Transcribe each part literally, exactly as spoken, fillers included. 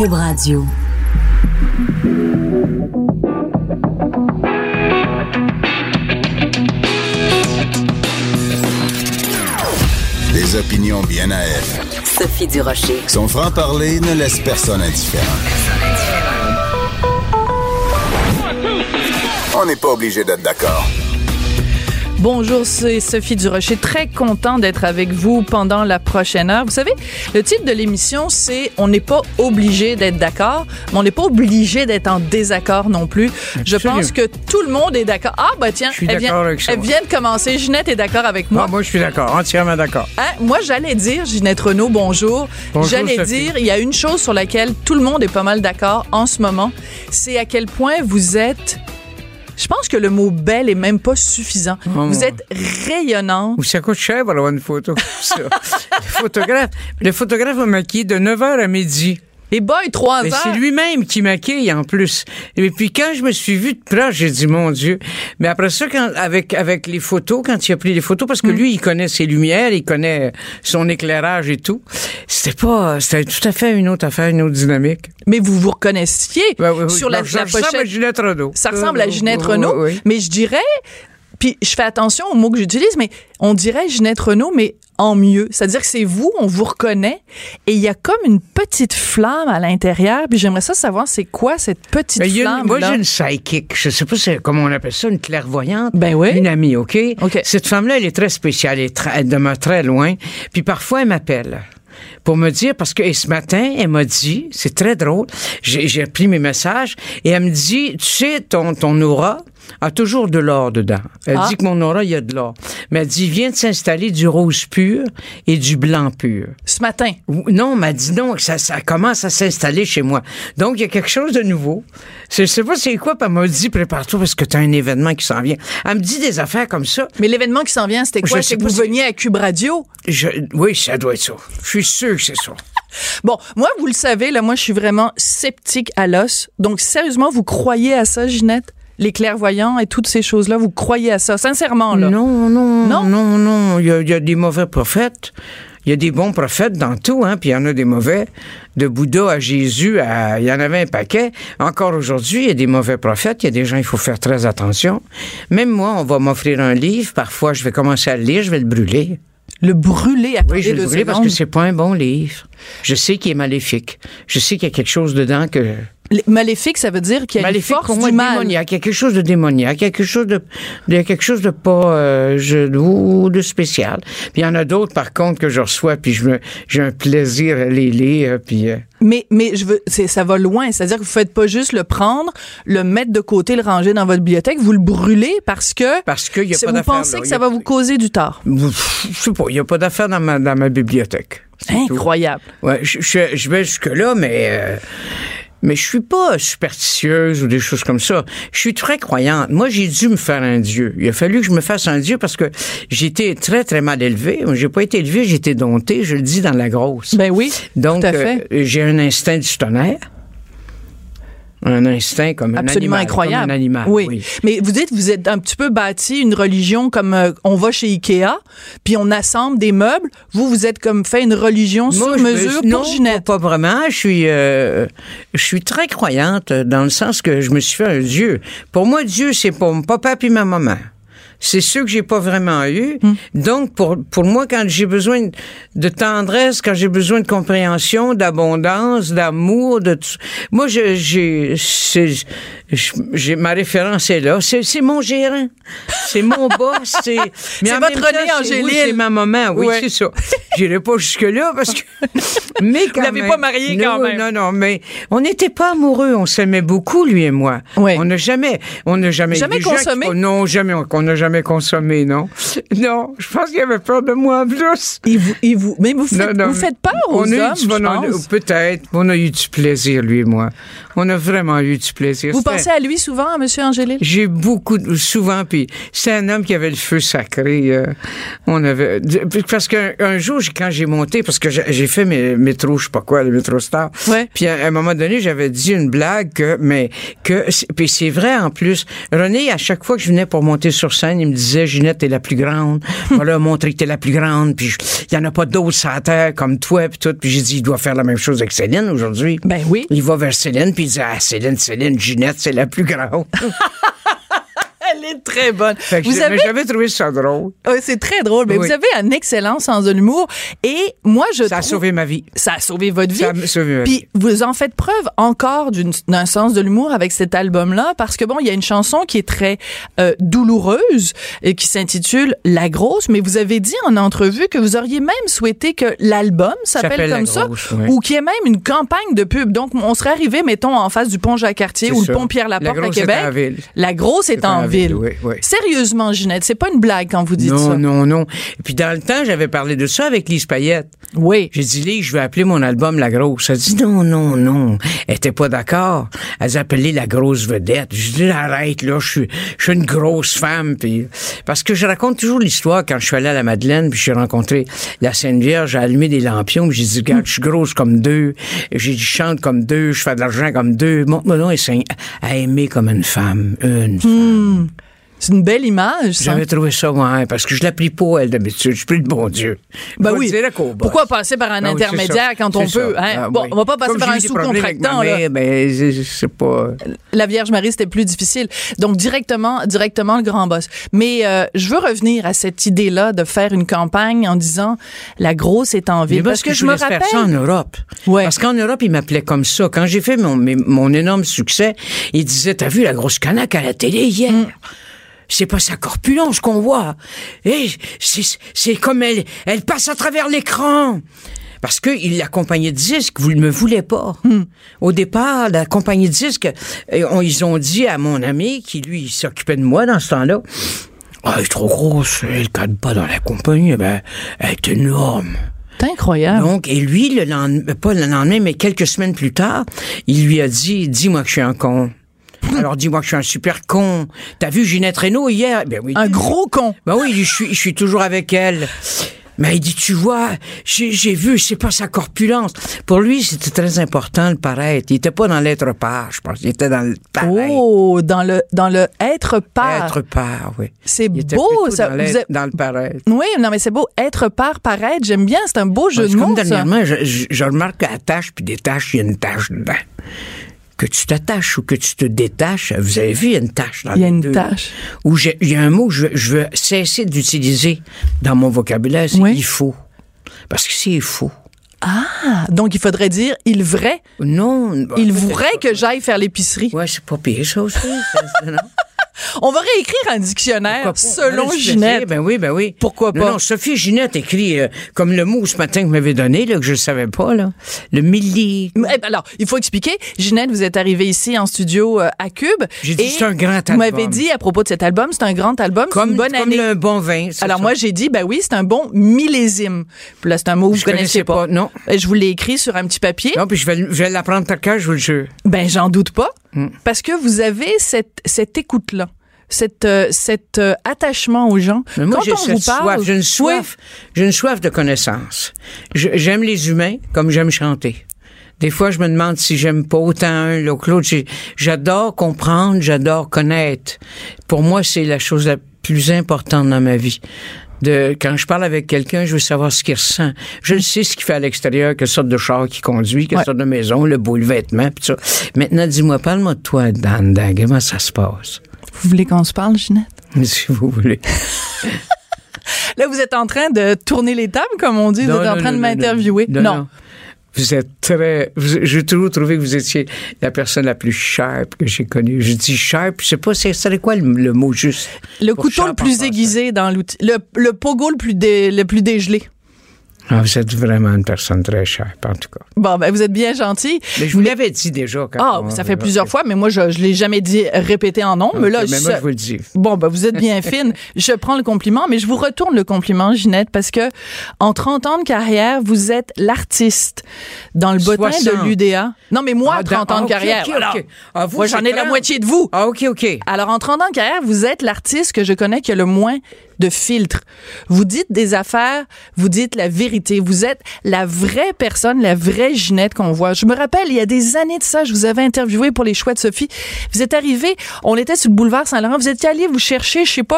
Cube Radio. Des opinions bien à elle. Sophie Durocher. Son franc-parler ne laisse personne indifférent. On n'est pas obligé d'être d'accord. Bonjour, c'est Sophie Durocher. Très content d'être avec vous pendant la prochaine heure. Vous savez, le titre de l'émission, c'est « On n'est pas obligé d'être d'accord », mais on n'est pas obligé d'être en désaccord non plus. Absolument. Je pense que tout le monde est d'accord. Ah, bah tiens, elle vient, elle vient de commencer. Ginette est d'accord avec moi. Ah, moi, je suis d'accord, entièrement d'accord. Hein? Moi, j'allais dire, Ginette Renaud, bonjour. bonjour j'allais Sophie. dire, il y a une chose sur laquelle tout le monde est pas mal d'accord en ce moment, c'est à quel point vous êtes... Je pense que le mot « belle » est même pas suffisant. Oh, vous êtes rayonnante. Ou ça coûte cher pour avoir une photo. le photographe, le photographe m'a maquillé de neuf heures à midi. Et boy, trois mais heures. C'est lui-même qui maquille en plus. Et puis quand je me suis vu de proche, j'ai dit mon Dieu. Mais après ça, quand, avec avec les photos, quand il a pris les photos, parce que mm. lui, il connaît ses lumières, il connaît son éclairage et tout. C'était pas, c'était tout à fait une autre affaire, une autre dynamique. Mais vous vous reconnaissiez ben, oui, oui, sur ben, la, ça la pochette. Ça ressemble à Ginette Renaud. Ça ressemble à Ginette euh, Renaud. oui, oui. Mais je dirais, puis je fais attention aux mots que j'utilise, mais on dirait Ginette Renaud, mais en mieux. C'est-à-dire que c'est vous, on vous reconnaît, et il y a comme une petite flamme à l'intérieur, puis j'aimerais ça savoir c'est quoi cette petite flamme-là. Moi, j'ai une psychic, je sais pas comment on appelle ça, une clairvoyante, ben oui. Une amie, OK? OK. Cette femme-là, elle est très spéciale, elle, est très, elle demeure très loin, puis parfois, elle m'appelle. Pour me dire, parce que et ce matin, elle m'a dit, c'est très drôle, j'ai, j'ai pris mes messages, et elle me dit, tu sais, ton, ton aura a toujours de l'or dedans. Elle ah. dit que mon aura, il y a de l'or. Mais elle dit, vient de s'installer du rose pur et du blanc pur. Ce matin? Non, elle m'a dit non, ça, ça commence à s'installer chez moi. Donc, il y a quelque chose de nouveau. Je sais pas c'est quoi, puis elle m'a dit, prépare-toi parce que t'as un événement qui s'en vient. Elle me dit des affaires comme ça. Mais l'événement qui s'en vient, c'était quoi? Je c'est que vous veniez à Cube Radio? Je, oui, ça doit être ça. Je suis sûr que c'est ça. Bon, moi, vous le savez, là, moi, je suis vraiment sceptique à l'os. Donc, sérieusement, vous croyez à ça, Ginette? Les clairvoyants et toutes ces choses-là, vous croyez à ça, sincèrement, là? Non, non, non, non, non. Il y a, il y a des mauvais prophètes. Il y a des bons prophètes dans tout, hein, puis il y en a des mauvais. De Bouddha à Jésus, à, il y en avait un paquet. Encore aujourd'hui, il y a des mauvais prophètes. Il y a des gens, il faut faire très attention. Même moi, on va m'offrir un livre. Parfois, je vais commencer à le lire, je vais le brûler. Le brûler à Oui, je vais le brûler parce que c'est pas un bon livre. Je sais qu'il est maléfique. Je sais qu'il y a quelque chose dedans que... Maléfique, ça veut dire qu'il y a maléfique, une force pour moi, du mal. Démoniaque. Il y a quelque chose de démoniaque, quelque chose de, il y a quelque chose de pas euh, je, ou de spécial. Puis il y en a d'autres, par contre, que je reçois, puis je me, j'ai un plaisir à les lire, puis... Euh... Mais, mais je veux, c'est, ça va loin. C'est-à-dire que vous faites pas juste le prendre, le mettre de côté, le ranger dans votre bibliothèque, vous le brûlez parce que... Parce qu'il y a pas vous d'affaire. Vous pensez là, que ça va vous causer du tort. Je sais pas, il y a pas d'affaire dans ma, dans ma bibliothèque. C'est incroyable. Tout. Ouais, je, je, je vais jusque-là, mais... Euh, Mais je suis pas superstitieuse ou des choses comme ça. Je suis très croyante. Moi, j'ai dû me faire un Dieu. Il a fallu que je me fasse un Dieu parce que j'ai été très, très mal élevée. J'ai pas été élevée, j'ai été domptée. Je le dis dans la grosse. Ben oui, donc, tout à fait. Euh, j'ai un instinct du tonnerre. Un instinct comme un absolument animal. Incroyable. Comme un animal. Oui. oui. Mais vous dites, vous êtes un petit peu bâti une religion comme euh, on va chez Ikea, puis on assemble des meubles. Vous, vous êtes comme fait une religion Moi, sur mesure me, pour non, Ginette. Pas, pas vraiment. Je suis, euh, je suis très croyante dans le sens que je me suis fait un Dieu. Pour moi, Dieu, c'est pour mon papa puis ma maman. C'est ceux que j'ai pas vraiment eu. Mm. Donc, pour, pour moi, quand j'ai besoin de tendresse, quand j'ai besoin de compréhension, d'abondance, d'amour, de tout, moi, je, j'ai, c'est, j'ai, ma référence est là. C'est, c'est mon gérant. C'est mon boss. C'est, mais c'est votre René Angélil. Oui, c'est ma maman. Oui, ouais. C'est ça. J'irai pas jusque-là parce que, mais quand vous l'avez même, pas marié quand non, même. Non, non, mais on n'était pas amoureux. On s'aimait beaucoup, lui et moi. Ouais. On n'a jamais, on n'a jamais, jamais consommé. Qui, non, jamais, qu'on n'a jamais consommé, non. Non, je pense qu'il avait peur de moi en plus. Et vous, et vous, mais vous, faites, non, non, vous faites peur aux on a hommes, eu du, je on pense. A, peut-être. On a eu du plaisir, lui et moi. On a vraiment eu du plaisir. Vous c'était, pensez à lui souvent, à M. Angélil? J'ai beaucoup, souvent, puis c'est un homme qui avait le feu sacré. Euh, on avait, parce qu'un un jour, quand j'ai monté, parce que j'ai fait mes métro, je sais pas quoi, le métro Star. Ouais. Puis à, à un moment donné, j'avais dit une blague que, mais que, puis c'est vrai en plus. René, à chaque fois que je venais pour monter sur scène, il me disait, Ginette, t'es la plus grande. Je vais leur montrer que t'es la plus grande. Puis il y en a pas d'autres sur la terre comme toi. Puis tout. Puis j'ai dit, il doit faire la même chose avec Céline aujourd'hui. Ben oui. Il va vers Céline, puis il dit, ah, Céline, Céline, Ginette, c'est la plus grande. Elle est très bonne. Fait que vous j'ai- avez... mais j'avais trouvé ça drôle. Oui, c'est très drôle. Mais Oui. vous avez un excellent sens de l'humour. Et moi, je Ça a trouve... sauvé ma vie. Ça a sauvé votre vie. Ça a sauvé ma vie. Puis vous en faites preuve encore d'une- d'un sens de l'humour avec cet album-là, parce que bon, il y a une chanson qui est très euh, douloureuse et qui s'intitule La Grosse, mais vous avez dit en entrevue que vous auriez même souhaité que l'album s'appelle S'appelle comme La ça, Grosse, oui. ou qu'il y ait même une campagne de pub. Donc, on serait arrivé, mettons, en face du pont Jacques-Cartier C'est ou ça. le pont Pierre-Laporte La à Grosse est Québec. en ville. La Grosse est, en, ville. oui, oui. Sérieusement, Ginette, c'est pas une blague quand vous dites Non, ça. non, non. Et puis dans le temps, j'avais parlé de ça avec Lise Payette. Oui. J'ai dit, Lise, je vais appeler mon album La Grosse. Elle dit, non, non, non. Elle était pas d'accord. Elle a appelé La Grosse Vedette. J'ai dit, arrête, là, je suis, je suis une grosse femme. Puis, parce que je raconte toujours l'histoire quand je suis allé à la Madeleine, puis j'ai rencontré la Sainte Vierge, j'ai allumé des lampions, puis j'ai dit, regarde, je suis grosse comme deux. J'ai dit, je chante comme deux, je fais de l'argent comme deux. Montre-moi donc à aimer comme une femme. Une femme. C'est une belle image, ça. J'avais trouvé ça, ouais, parce que je la prie pas, elle, d'habitude. Je prie le bon Dieu. Ben Je vais oui. dire à Cobos. Pourquoi passer par un Ben oui, c'est intermédiaire ça. quand on C'est peut? ça. Hein? Ah, Bon, oui. on va pas passer Comme par j'ai un eu des problèmes avec sous-contractant. ma là. mère, ben, c'est- c'est pas... La Vierge Marie, c'était plus difficile. Donc, directement, directement le grand boss. Mais euh, je veux revenir à cette idée-là de faire une campagne en disant la grosse est en ville. Mais Parce que, je me voulais rappelle... faire ça en Europe. Ouais. Parce qu'en Europe, ils m'appelaient comme ça. Quand j'ai fait mon, mes- mon énorme succès, ils disaient, t'as vu la grosse canaque à la télé hier? Mm. C'est pas sa corpulence qu'on voit. Et c'est, c'est comme elle, elle passe à travers l'écran. Parce qu'il la compagnie de disques, vous ne me voulez pas. Hmm. Au départ, la compagnie de disques, euh, on- ils ont dit à mon ami, qui lui, il s'occupait de moi dans ce temps-là, ah, elle est trop grosse, elle ne cadre pas dans la compagnie, ben, elle est énorme. C'est incroyable. Donc, et lui, le lendemain, pas le lendemain, mais quelques semaines plus tard, il lui a dit, dis-moi que je suis un con. Alors, dis-moi que je suis un super con. T'as vu Ginette Renault hier? Ben oui. Un gros con. Ben oui, je suis, je suis toujours avec elle. Mais il dit, tu vois, j'ai, j'ai vu, c'est pas sa corpulence. Pour lui, c'était très important le paraître. Il était pas dans l'être part, je pense. Il était dans le paraître. Oh, dans le, dans le être part. Être part, oui. C'est Il était beau, plutôt ça. Dans, Vous l'être- êtes- dans le paraître. Oui, non, mais c'est beau. Être part, paraître. J'aime bien. C'est un beau jeu Parce de que comme mots, ça. dernièrement, je, je, je remarque qu'à tâche puis des tâches, il y a une tâche dedans. Que tu t'attaches ou que tu te détaches, vous avez vu, il y a une tâche dans Il y a les une deux. tâche. Ou j'ai- il y a un mot que je, je veux cesser d'utiliser dans mon vocabulaire, c'est Oui. il faut. Parce que c'est faux. Ah, donc il faudrait dire il vrai. Non. Il peut-être voudrait pas. que j'aille faire l'épicerie. Ouais, c'est pas pire, ça aussi. ça, non? On va réécrire un dictionnaire Pourquoi pas? selon Allez, se Ginette. laisser, Ben oui, ben oui. Pourquoi Non, pas? non, Sophie Ginette écrit euh, comme le mot ce matin que vous m'avez donné, là, que je ne savais pas, là. Le milli. Eh ben alors, il faut expliquer. Ginette, vous êtes arrivée ici en studio euh, à Cube. J'ai dit, et c'est un grand Vous album. m'avez dit à propos de cet album, c'est un grand album, c'est Comme, une bonne comme année. un bon vin. c'est Alors ça. moi, j'ai dit, ben oui, c'est un bon millésime. Puis là, c'est un mot que vous Je connaissiez connaissais pas. pas, non. Euh, Je vous l'ai écrit sur un petit papier. Non, puis je vais, le- je vais l'apprendre par cœur, je vous le jure. Ben, j'en doute pas. Mm. Parce que vous avez cette, cette écoute-là. Cet, euh, cet euh, attachement aux gens. Mais moi, Quand j'ai on cette vous parle, soif. J'ai une soif, j'ai une soif de connaissance. Je- j'aime les humains comme j'aime chanter. Des fois, je me demande si j'aime pas autant un l'autre que l'autre. J'ai- J'adore comprendre, j'adore connaître. Pour moi, c'est la chose la plus importante dans ma vie. De, quand je parle avec quelqu'un, je veux savoir ce qu'il ressent. Je le sais ce qu'il fait à l'extérieur, quelle sorte de char qu'il conduit, quelle Ouais. sorte de maison, le beau le vêtement, pis ça. Maintenant, dis-moi, parle-moi de toi, Dan, Dan, comment ça se passe? Vous voulez qu'on se parle, Ginette? Si vous voulez. Là, vous êtes en train de tourner les tables, comme on dit. Vous Non, êtes en non, train non, de non, m'interviewer. non, non, non. Vous êtes très... vous- J'ai toujours trouvé que vous étiez la personne la plus sharp que j'ai connue. Je dis sharp, je sais pas, c'est c'est quoi le, le mot juste? Le Pour couteau le sharp en plus français. aiguisé dans l'outil. Le, le pogo le plus, dé- le plus dégelé. Ah, vous êtes vraiment une personne très sharp, en tout cas. Bon, ben, vous êtes bien gentil. Mais je vous l'avais dit déjà. Quand Ah, on- ça fait plusieurs fois, mais moi, je ne l'ai jamais dit répété en nom. Ok, mais là, mais je- moi, je vous le dis. Bon, ben, vous êtes bien fine. Je prends le compliment, mais je vous retourne le compliment, Ginette, parce que en trente ans de carrière, vous êtes l'artiste dans le bottin soixante. de l'U D A. Non, mais moi, Ah, trente dans- ans de ah, ok, carrière. ok, alors, ok. Ah, vous, moi, j'en c'est ai la trente. moitié de vous. Ah, OK, OK. Alors, en trente ans de carrière, vous êtes l'artiste que je connais qui a le moins de filtres. Vous dites des affaires, vous dites la vérité. Vous êtes la vraie personne, la vraie Ginette qu'on voit. Je me rappelle, il y a des années de ça, je vous avais interviewé pour les Choix de Sophie. Vous êtes arrivé, on était sur le boulevard Saint-Laurent, vous étiez allé vous chercher, je sais pas,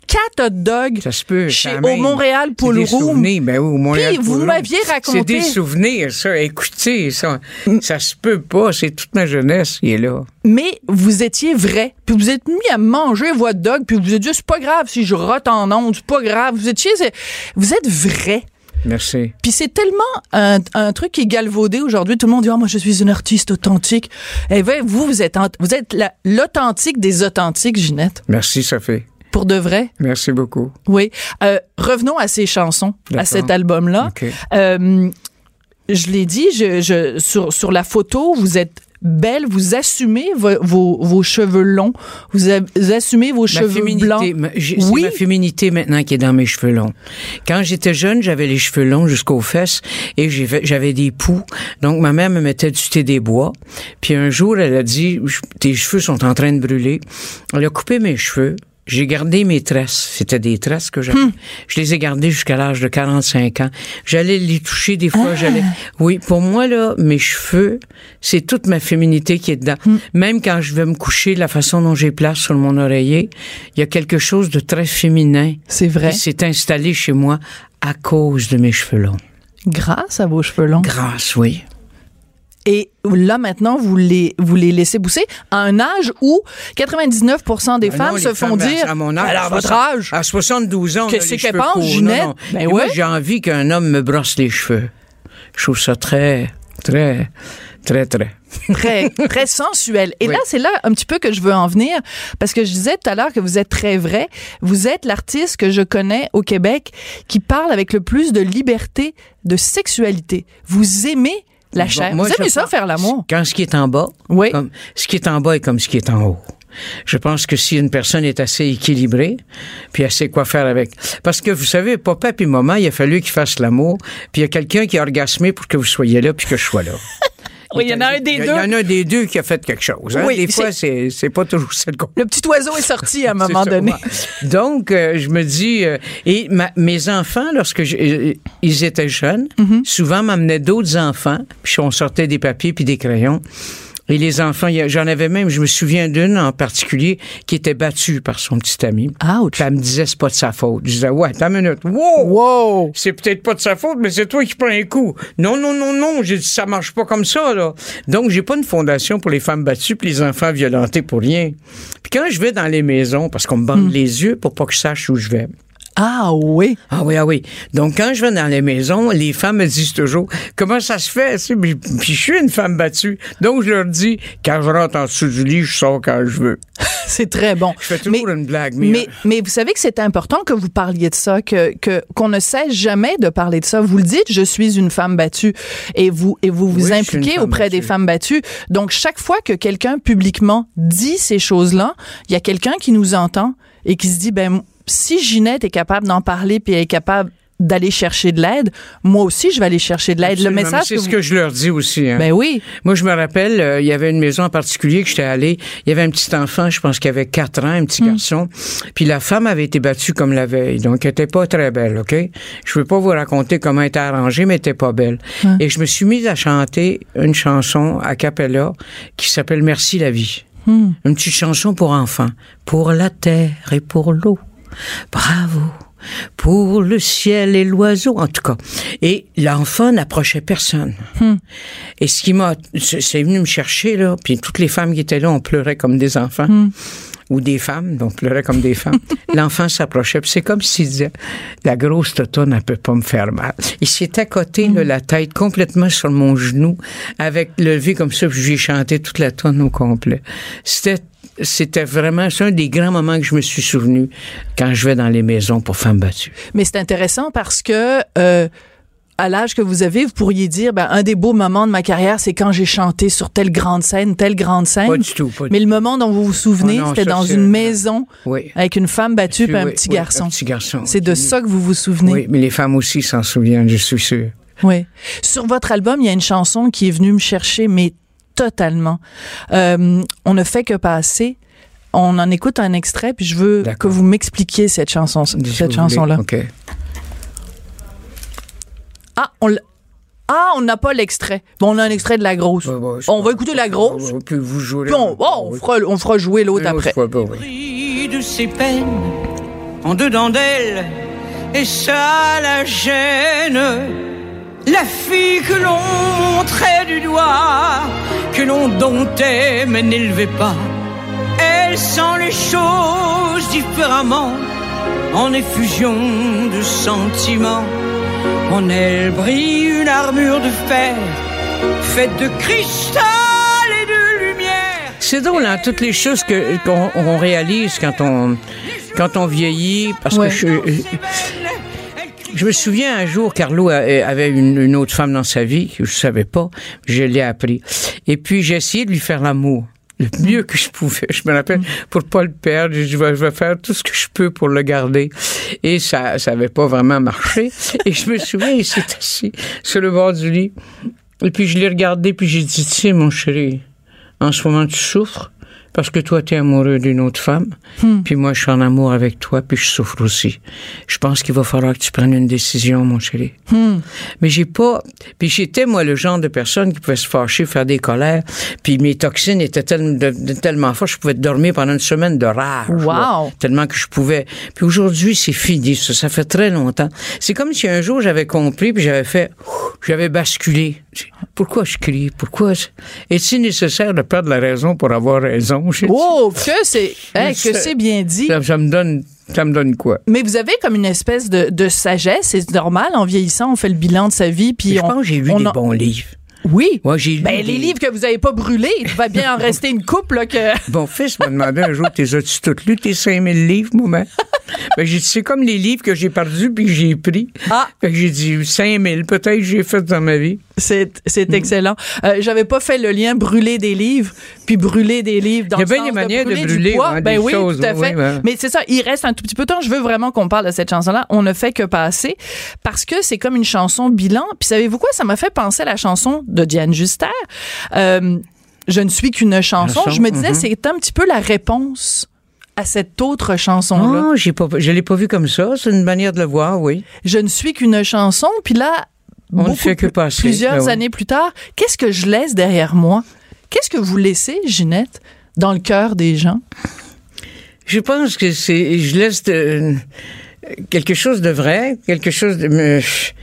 quatre hot dogs ça se peut, chez, quand au Montréal Pool Room. C'est des souvenirs, ben oui, au Montréal Puis Pool vous Room. m'aviez raconté... C'est des souvenirs, ça. Écoutez, ça, ça se peut pas. C'est toute ma jeunesse qui est là. Mais vous étiez vrai. Puis vous êtes mis à manger vos hot dogs. Puis vous êtes dit, c'est pas grave si je rote en ondes. C'est pas grave. Vous étiez... C'est, vous êtes vrai. Merci. Puis c'est tellement un, un truc qui est galvaudé aujourd'hui. Tout le monde dit, oh, moi, je suis une artiste authentique. Eh bien, vous, vous êtes, vous êtes la, l'authentique des authentiques, Ginette. Merci, Sophie. Pour de vrai. Merci beaucoup. Oui. Euh, revenons à ces chansons, D'accord. à cet album-là. Okay. Euh, je l'ai dit, je, je, sur, sur la photo, vous êtes belle, vous assumez vos, vos, vos cheveux longs, vous, a, vous assumez vos ma cheveux blancs. Ma, c'est oui? ma féminité maintenant qui est dans mes cheveux longs. Quand j'étais jeune, j'avais les cheveux longs jusqu'aux fesses et j'ai, j'avais des poux. Donc, ma mère me mettait du thé des bois. Puis un jour, elle a dit, tes cheveux sont en train de brûler. Elle a coupé mes cheveux. J'ai gardé mes tresses. C'était des tresses que j'avais. Hum. Je les ai gardées jusqu'à l'âge de quarante-cinq ans. J'allais les toucher des fois. Ah. J'allais. Oui, pour moi, là, mes cheveux, c'est toute ma féminité qui est dedans. Hum. Même quand je vais me coucher, la façon dont j'ai place sur mon oreiller, il y a quelque chose de très féminin. C'est vrai. Qui s'est installé chez moi à cause de mes cheveux longs. Grâce à vos cheveux longs? Grâce, oui. Et là, maintenant, vous les, vous les laissez pousser à un âge où quatre-vingt-dix-neuf pour cent des ben femmes non, se font femmes, dire, à, à mon âge, alors, à votre âge, à soixante-douze ans, qu'est-ce qu'elle pense, Ginette? Non, non. Ben ouais. Moi, j'ai envie qu'un homme me brosse les cheveux. Je trouve ça très, très, très, très... très, très sensuel. Et oui. là, c'est là un petit peu que je veux en venir, parce que je disais tout à l'heure que vous êtes très vrai. Vous êtes l'artiste que je connais au Québec qui parle avec le plus de liberté, de sexualité. Vous aimez la chair. Bon, moi, vous aimez ça, faire l'amour? Quand ce qui est en bas, oui. comme, ce qui est en bas est comme ce qui est en haut. Je pense que si une personne est assez équilibrée, puis elle sait quoi faire avec. Parce que, vous savez, papa puis maman, il a fallu qu'ils fassent l'amour, puis il y a quelqu'un qui a orgasmé pour que vous soyez là, puis que je sois là. Oui, il y en a un des deux. Il y en a un des deux qui a fait quelque chose. Hein? Oui, des fois, c'est, c'est pas toujours ça le cas. Le petit oiseau est sorti à un moment donné. Donc, euh, je me dis... Euh, et ma, mes enfants, lorsque je, euh, ils étaient jeunes, mm-hmm. souvent m'amenaient d'autres enfants, puis on sortait des papiers puis des crayons. Et les enfants, j'en avais même, je me souviens d'une en particulier qui était battue par son petit ami. Ouch. Puis elle me disait, c'est pas de sa faute. Je disais, ouais, attends une minute. Wow! Wow! C'est peut-être pas de sa faute, mais c'est toi qui prends un coup. Non, non, non, non. J'ai dit, ça marche pas comme ça, là. Donc, j'ai pas une fondation pour les femmes battues puis les enfants violentés pour rien. Puis quand je vais dans les maisons, parce qu'on me bande mm. les yeux pour pas que je sache où je vais. Ah oui? Ah oui, ah oui. Donc, quand je vais dans les maisons, les femmes me disent toujours, comment ça se fait? Puis, puis je suis une femme battue. Donc, je leur dis, quand je rentre en dessous du lit, je sors quand je veux. C'est très bon. Je fais toujours mais, une blague. Mais, mais, mais vous savez que c'est important que vous parliez de ça, que, que, qu'on ne cesse jamais de parler de ça. Vous le dites, je suis une femme battue. Et vous, et vous vous oui, impliquez auprès battue. des femmes battues. Donc, chaque fois que quelqu'un publiquement dit ces choses-là, il y a quelqu'un qui nous entend et qui se dit, ben, si Ginette est capable d'en parler puis elle est capable d'aller chercher de l'aide, moi aussi, je vais aller chercher de l'aide. Absolument, le message c'est que ce vous... que je leur dis aussi. Hein. Ben oui. Moi, je me rappelle, euh, il y avait une maison en particulier que j'étais allé. Il y avait un petit enfant, je pense qu'il avait quatre ans, un petit mm. garçon. Puis la femme avait été battue comme la veille. Donc, elle était pas très belle, OK? Je veux pas vous raconter comment elle était arrangée, mais elle était pas belle. Mm. Et je me suis mise à chanter une chanson a cappella qui s'appelle Merci la vie. Mm. Une petite chanson pour enfants. Pour la terre et pour l'eau. Bravo pour le ciel et l'oiseau, en tout cas. Et l'enfant n'approchait personne. Hmm. Et ce qui m'a... C'est venu me chercher, là, puis toutes les femmes qui étaient là, on pleurait comme des enfants. Hmm. Ou des femmes, donc pleurait comme des femmes. L'enfant s'approchait, puis c'est comme s'il disait, la grosse totonne, elle peut pas me faire mal. Il s'est accoté, mm. là, la tête complètement sur mon genou, avec levé comme ça, puis j'ai chanté toute la tonne au complet. C'était C'était vraiment, c'est un des grands moments que je me suis souvenu quand je vais dans les maisons pour femmes battues. Mais c'est intéressant parce que, euh, à l'âge que vous avez, vous pourriez dire, ben, un des beaux moments de ma carrière, c'est quand j'ai chanté sur telle grande scène, telle grande scène. Pas du tout, pas du Mais le moment dont vous vous souvenez, oh non, c'était ça, dans c'est... une maison, oui. avec une femme battue et un oui, petit oui, garçon. Un petit garçon. C'est de ça que vous vous souvenez. Oui, mais les femmes aussi s'en souviennent, je suis sûr. Oui. Sur votre album, il y a une chanson qui est venue me chercher, mais totalement. Euh, on ne fait que passer. On en écoute un extrait, puis je veux D'accord. que vous m'expliquiez cette chanson, cette chanson-là. OK. Ah, on l'a. Ah, on n'a pas l'extrait. Bon, on a un extrait de la grosse. Ouais, ouais, on va écouter la grosse. Ouais, puis vous jouerez. Puis on, oh, on, fera, on fera jouer l'autre ouais, après. Pas, ouais. De ses peines, en dedans d'elle, et ça la gêne. La fille que l'on montrait du doigt, que l'on domptait mais n'élevait pas, elle sent les choses différemment, en effusion de sentiments. En elle brille une armure de fer, faite de cristal et de lumière. C'est drôle, hein, toutes les choses que, qu'on on réalise quand on, quand on vieillit, parce ouais. que je... Je me souviens un jour, Carlo avait une, une autre femme dans sa vie, que je savais pas, je l'ai appris. Et puis, j'ai essayé de lui faire l'amour. Le mieux que je pouvais. Je me rappelle, pour pas le perdre, je vais, je vais faire tout ce que je peux pour le garder. Et ça, ça avait pas vraiment marché. Et je me souviens, il s'est assis sur le bord du lit. Et puis, je l'ai regardé, puis j'ai dit, tu sais, mon chéri, en ce moment, tu souffres. Parce que toi, t'es amoureux d'une autre femme, hmm. puis moi, je suis en amour avec toi, puis je souffre aussi. Je pense qu'il va falloir que tu prennes une décision, mon chéri. Hmm. Mais j'ai pas... Puis j'étais, moi, le genre de personne qui pouvait se fâcher, faire des colères, puis mes toxines étaient tel, de, de, tellement fortes, je pouvais dormir pendant une semaine de rage. Wow! Là, tellement que je pouvais. Puis aujourd'hui, c'est fini, ça. Ça fait très longtemps. C'est comme si un jour, j'avais compris, puis j'avais fait... J'avais basculé. Pourquoi je crie? Pourquoi? Est-il nécessaire de perdre la raison pour avoir raison? Oh, que c'est, hey, que c'est bien dit. Ça, ça me donne, ça me donne quoi? Mais vous avez comme une espèce de, de sagesse, c'est normal, en vieillissant, on fait le bilan de sa vie, puis je on, pense que j'ai lu des a... bons livres. Oui. Moi, j'ai lu ben, des... les livres que vous n'avez pas brûlés, il va bien en rester une couple, là, que... Mon fils m'a demandé un jour, t'es as-tu toutes lu tes cinq mille livres, maman? Ben, j'ai dit, c'est comme les livres que j'ai perdus puis que j'ai pris. Ah. Fait que j'ai dit, cinq mille, peut-être, j'ai fait dans ma vie. C'est, c'est mmh. excellent. Euh, j'avais pas fait le lien brûler des livres, puis brûler des livres dans le sens de brûler. Il y a bien des manières de brûler, de brûler hein, ben des oui, choses. Tout à fait. Oui, ben. Mais c'est ça, il reste un tout petit peu de temps. Je veux vraiment qu'on parle de cette chanson-là. On ne fait que passer, parce que c'est comme une chanson bilan. Puis savez-vous quoi? Ça m'a fait penser à la chanson de Diane Juster. Euh, je ne suis qu'une chanson. chanson. Je me disais, mm-hmm. c'est un petit peu la réponse à cette autre chanson-là. Non, j'ai pas, je l'ai pas vu comme ça. C'est une manière de le voir, oui. Je ne suis qu'une chanson. Puis là, on ne fait que passer. Plusieurs ben oui. années plus tard, qu'est-ce que je laisse derrière moi? Qu'est-ce que vous laissez, Ginette, dans le cœur des gens? Je pense que c'est, je laisse de, quelque chose de vrai, quelque chose de, de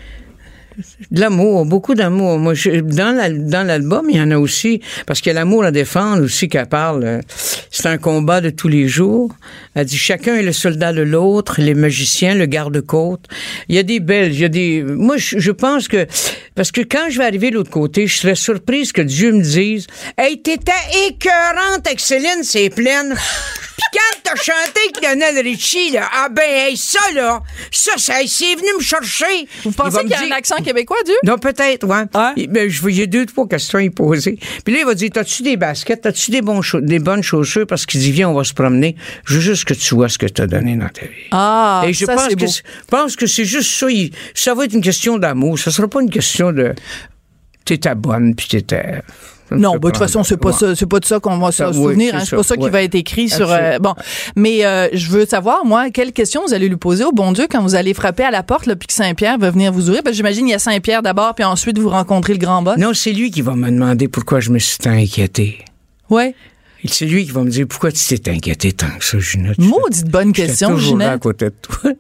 l'amour, beaucoup d'amour. Moi, je, dans, la, dans l'album, il y en a aussi, parce qu'il y a l'amour à défendre aussi qu'elle parle. C'est un combat de tous les jours. Elle dit, chacun est le soldat de l'autre, les magiciens, le garde-côte. Il y a des belles, il y a des... Moi, je, je pense que... Parce que quand je vais arriver de l'autre côté, je serais surprise que Dieu me dise, « Hey, t'étais écœurante avec Céline, c'est pleine. » Puis quand t'as chanté avec Lionel Richie, là, ah ben, hey, ça, là, ça, ça, c'est venu me chercher. Vous pensez qu'il y a dire... un accent québécois, Dieu? Non, peut-être, ouais. Hein? Il, ben, je j'ai deux, trois questions à y poser. Puis là, il va dire, t'as-tu des baskets? T'as-tu des, bons cha- des bonnes chaussures? Parce qu'il dit, viens, on va se promener. Je veux juste que tu vois ce que t'as donné dans ta vie. Ah, Et je ça, pense c'est que beau. Je pense que c'est juste ça. Il, ça va être une question d'amour. Ça sera pas une question de... T'étais bonne, puis t'étais... Non, bah, de toute façon, c'est pas ça, c'est pas de ça qu'on va se oui, souvenir, c'est hein, c'est ça, pas ça qui ouais. va être écrit sur, euh, bon. Mais, euh, je veux savoir, moi, quelle question vous allez lui poser au bon Dieu quand vous allez frapper à la porte, là, puis que Saint-Pierre va venir vous ouvrir? Parce que j'imagine, il y a Saint-Pierre d'abord, puis ensuite vous rencontrez le grand boss. Non, c'est lui qui va me demander pourquoi je me suis tant inquiété. Ouais. C'est lui qui va me dire pourquoi tu t'es inquiété tant que ça, Ginette. Maudite bonne question, toujours Ginette. là à côté de toi.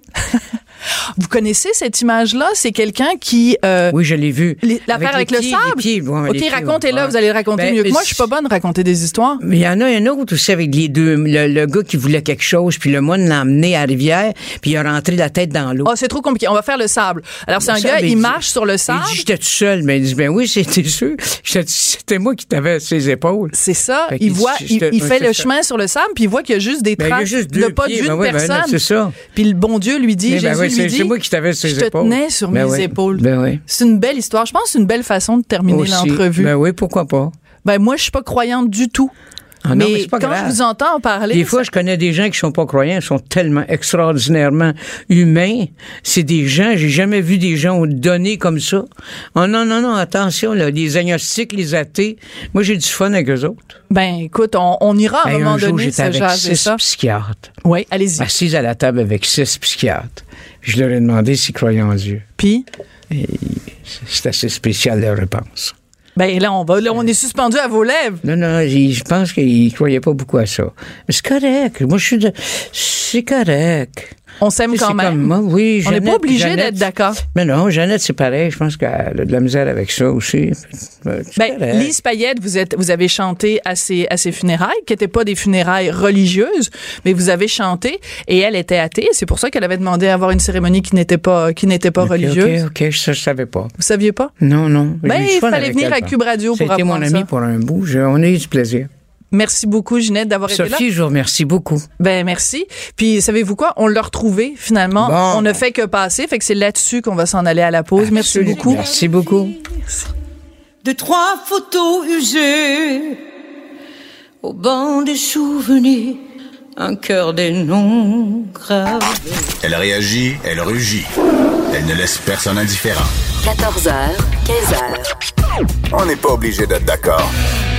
Vous connaissez cette image-là? C'est quelqu'un qui... Euh, oui, je l'ai vu. Les, l'affaire avec, avec le sable? Les pieds, bon, OK, les pieds, racontez-la, ouais. vous allez le raconter ben, mieux que moi. Je suis pas bonne à raconter des histoires. Mais il y en a un autre aussi avec les deux. Le, le gars qui voulait quelque chose, puis le moine l'a emmené à la rivière, puis il a rentré la tête dans l'eau. Oh, c'est trop compliqué. On va faire le sable. Alors, c'est le un sable, gars, il, il marche dit, sur le sable. Il dit, j'étais tout seul. Mais il dit, ben oui, c'était sûr. J'étais, c'était moi qui t'avais à ses épaules. C'est ça. Il, il voit, il, il fait le chemin sur le sable, puis il voit qu'il y a juste des traces juste de pas de vue de oui, personne. Ben, c'est ça. Puis le bon Dieu lui dit, mais Jésus ben oui, lui c'est, dit, c'est moi qui t'avais à ses je te épaules. tenais sur ben mes oui. épaules. Ben oui. C'est une belle histoire. Je pense que c'est une belle façon de terminer aussi. l'entrevue. Ben oui, pourquoi pas. Ben moi, je suis pas croyante du tout. Ah mais, non, mais c'est pas quand grave. je vous entends en parler... Des fois, ça... je connais des gens qui sont pas croyants, ils sont tellement extraordinairement humains. C'est des gens, j'ai jamais vu des gens donnés comme ça. Oh non, non, non, attention, là, les agnostiques, les athées. Moi, j'ai du fun avec eux autres. Ben, écoute, on, on ira à un hey, moment un jour, donné j'étais avec six ça. psychiatres. Oui, allez-y. Assise à la table avec six psychiatres. Je leur ai demandé s'ils croyaient en Dieu. Puis? Et c'est assez spécial, leur réponse. Ben là, on va, là, on est suspendu à vos lèvres. Non, non, je pense qu'ils ne croyaient pas beaucoup à ça. Mais c'est correct. Moi, je suis de... C'est correct. On s'aime quand c'est même. Comme moi, oui, on n'est pas obligé Jeannette, d'être d'accord. Mais non, Jeannette, c'est pareil. Je pense qu'elle a de la misère avec ça aussi. Ben, Lise Payette, vous êtes, vous avez chanté à ses, à ses funérailles, qui n'étaient pas des funérailles religieuses, mais vous avez chanté et elle était athée. C'est pour ça qu'elle avait demandé à avoir une cérémonie qui n'était pas, qui n'était pas okay, religieuse. OK, OK, ça, je savais pas. Vous saviez pas? Non, non. Ben, il fallait venir à Cube Radio pour apprendre ça. C'était mon ami pour un bout. Je, on a eu du plaisir. Merci beaucoup, Ginette, d'avoir Sophie, été là. Sophie, je vous remercie beaucoup. Ben, merci. Puis, savez-vous quoi? On l'a retrouvé, finalement. Bon. On ne fait que passer. Fait que c'est là-dessus qu'on va s'en aller à la pause. Absolument. Merci beaucoup. Merci beaucoup. De trois photos usées au banc des souvenirs, un cœur des noms gravés. Elle réagit, elle rugit. Elle ne laisse personne indifférent. quatorze heures, quinze heures. On n'est pas obligé d'être d'accord.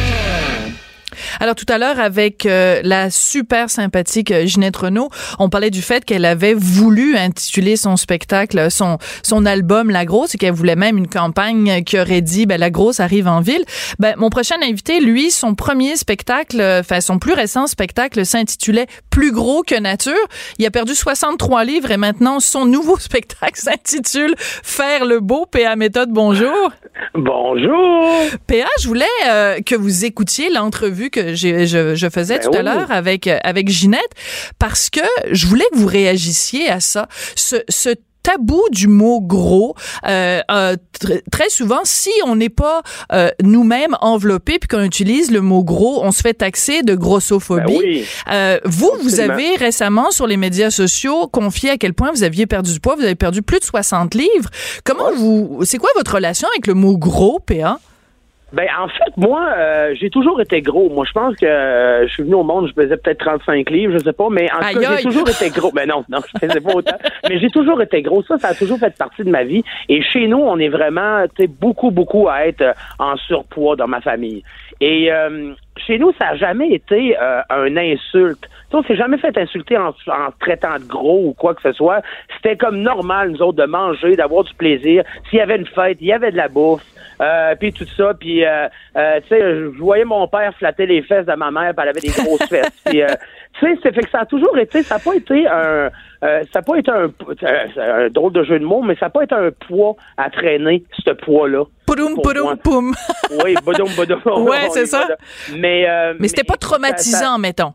Alors tout à l'heure, avec euh, la super sympathique euh, Ginette Renault, on parlait du fait qu'elle avait voulu intituler son spectacle, son son album La Grosse, et qu'elle voulait même une campagne qui aurait dit ben, La Grosse arrive en ville. Ben mon prochain invité, lui, son premier spectacle, enfin son plus récent spectacle s'intitulait Plus gros que nature. Il a perdu soixante-trois livres et maintenant son nouveau spectacle s'intitule Faire le beau. P A Méthode, bonjour. Bonjour. P A, je voulais euh, que vous écoutiez l'entrevue que j'ai, je, je faisais ben tout oui. à l'heure avec avec Ginette, parce que je voulais que vous réagissiez à ça. Ce, ce tabou du mot gros, euh, euh, tr- très souvent, si on n'est pas euh, nous-mêmes enveloppés puis qu'on utilise le mot gros, on se fait taxer de grossophobie. Ben oui. euh, vous, Absolument. Vous avez récemment sur les médias sociaux confié à quel point vous aviez perdu du poids, vous avez perdu plus de soixante livres. Comment ouais. vous, c'est quoi votre relation avec le mot gros, P A? Ben en fait, moi, euh, j'ai toujours été gros. Moi, je pense que euh, je suis venu au monde, je pesais peut-être trente-cinq livres, je sais pas, mais en tout cas, j'ai toujours été gros. Ben non, non, je pesais pas autant. Mais j'ai toujours été gros. Ça, ça a toujours fait partie de ma vie. Et chez nous, on est vraiment, tu sais, beaucoup, beaucoup à être en surpoids dans ma famille. Et euh, chez nous, ça a jamais été euh, un insulte. T'sais, on s'est jamais fait insulter en, en traitant de gros ou quoi que ce soit. C'était comme normal, nous autres, de manger, d'avoir du plaisir. S'il y avait une fête, il y avait de la bouffe. Euh, puis tout ça, puis euh, euh, tu sais, je voyais mon père flatter les fesses de ma mère, puis elle avait des grosses fesses. Puis euh, tu sais, c'est fait que ça a toujours été, ça n'a pas été un, euh, ça n'a pas été un, euh, un drôle de jeu de mots, mais ça n'a pas été un poids à traîner, ce poids-là. Poudoum, poudoum, poum. Oui, boudum, boudum. Ouais, c'est ça. Mais euh, mais c'était mais, pas traumatisant, ça, ça, mettons.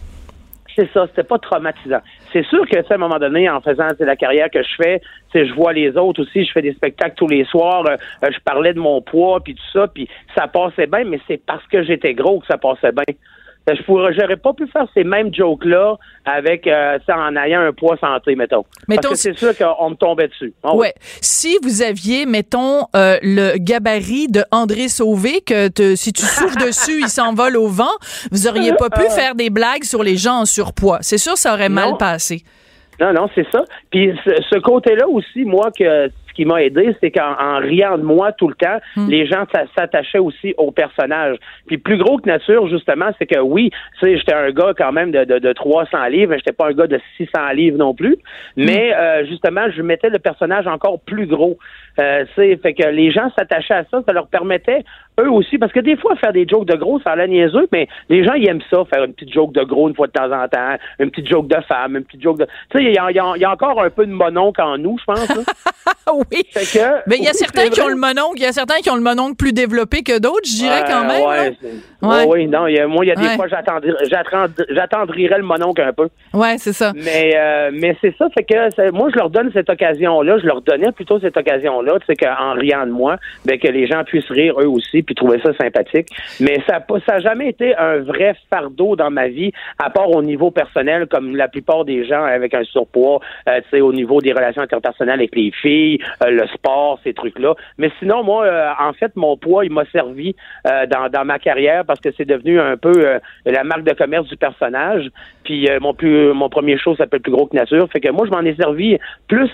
C'est ça, c'était pas traumatisant. C'est sûr que, à un moment donné, en faisant la carrière que je fais, je vois les autres aussi, je fais des spectacles tous les soirs, euh, je parlais de mon poids, puis tout ça, puis ça passait bien, mais c'est parce que j'étais gros que ça passait bien. Je pourrais, j'aurais pas pu faire ces mêmes jokes-là avec, euh, en ayant un poids santé, mettons. mettons Parce que c'est sûr qu'on me tombait dessus. Oh, ouais. Oui. Si vous aviez, mettons, euh, le gabarit de André Sauvé, que te, si tu souffles dessus, il s'envole au vent, vous auriez pas pu faire des blagues sur les gens en surpoids. C'est sûr, ça aurait non. mal passé. Non, non, c'est ça. Puis ce, ce côté-là aussi, moi, que ce qui m'a aidé, c'est qu'en en riant de moi tout le temps, mm. les gens s'attachaient aussi au personnage. Puis plus gros que nature, justement, c'est que oui, tu sais, j'étais un gars quand même de, de, de trois cents livres, mais j'étais pas un gars de six cents livres non plus. Mais mm. euh, justement, je mettais le personnage encore plus gros. Euh, c'est fait que les gens s'attachaient à ça, ça leur permettait eux aussi, parce que des fois faire des jokes de gros, ça a l'air niaiseux, mais les gens ils aiment ça, faire une petite joke de gros une fois de temps en temps, une petite joke de femme, une petite joke de, tu sais, il y a, y, a, y a encore un peu de mononcle en nous, je pense. Là. Oui. Fait que, mais il y a certains qui ont le mononcle, il y a certains qui ont le mononcle plus développé que d'autres, je dirais euh, quand même. Ouais, ouais. oui, non, y a, moi il y a des ouais. fois j'attendrirais, j'attendrirais le mononcle un peu. Ouais, c'est ça. Mais euh, mais c'est ça, fait que moi je leur donne cette occasion-là, je leur donnais plutôt cette occasion-là, tu sais, qu'en riant de moi, ben que les gens puissent rire eux aussi puis trouver ça sympathique. Mais ça ça a jamais été un vrai fardeau dans ma vie, à part au niveau personnel, comme la plupart des gens avec un surpoids, euh, tu sais, au niveau des relations interpersonnelles avec les filles, euh, le sport, ces trucs-là. Mais sinon, moi, euh, en fait, mon poids, il m'a servi euh, dans, dans ma carrière parce que c'est devenu un peu euh, la marque de commerce du personnage. Puis euh, mon plus mon premier show s'appelle Plus gros que nature. Fait que moi, je m'en ai servi plus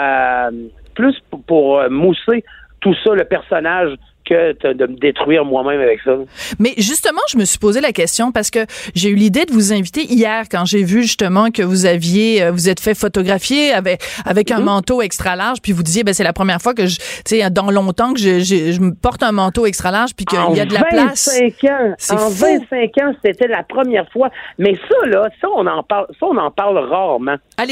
à plus pour, pour euh, mousser tout ça, le personnage, que de me détruire moi-même avec ça. Mais justement, je me suis posé la question parce que j'ai eu l'idée de vous inviter hier quand j'ai vu justement que vous aviez, vous êtes fait photographier avec avec mm-hmm. un manteau extra large, puis vous disiez ben c'est la première fois que je, tu sais, dans longtemps que je, je, je me porte un manteau extra large puis qu'il y a de la place. vingt-cinq ans, c'est en fou. vingt-cinq ans, c'était la première fois. Mais ça là, ça on en parle, ça on en parle rarement. Allez-y.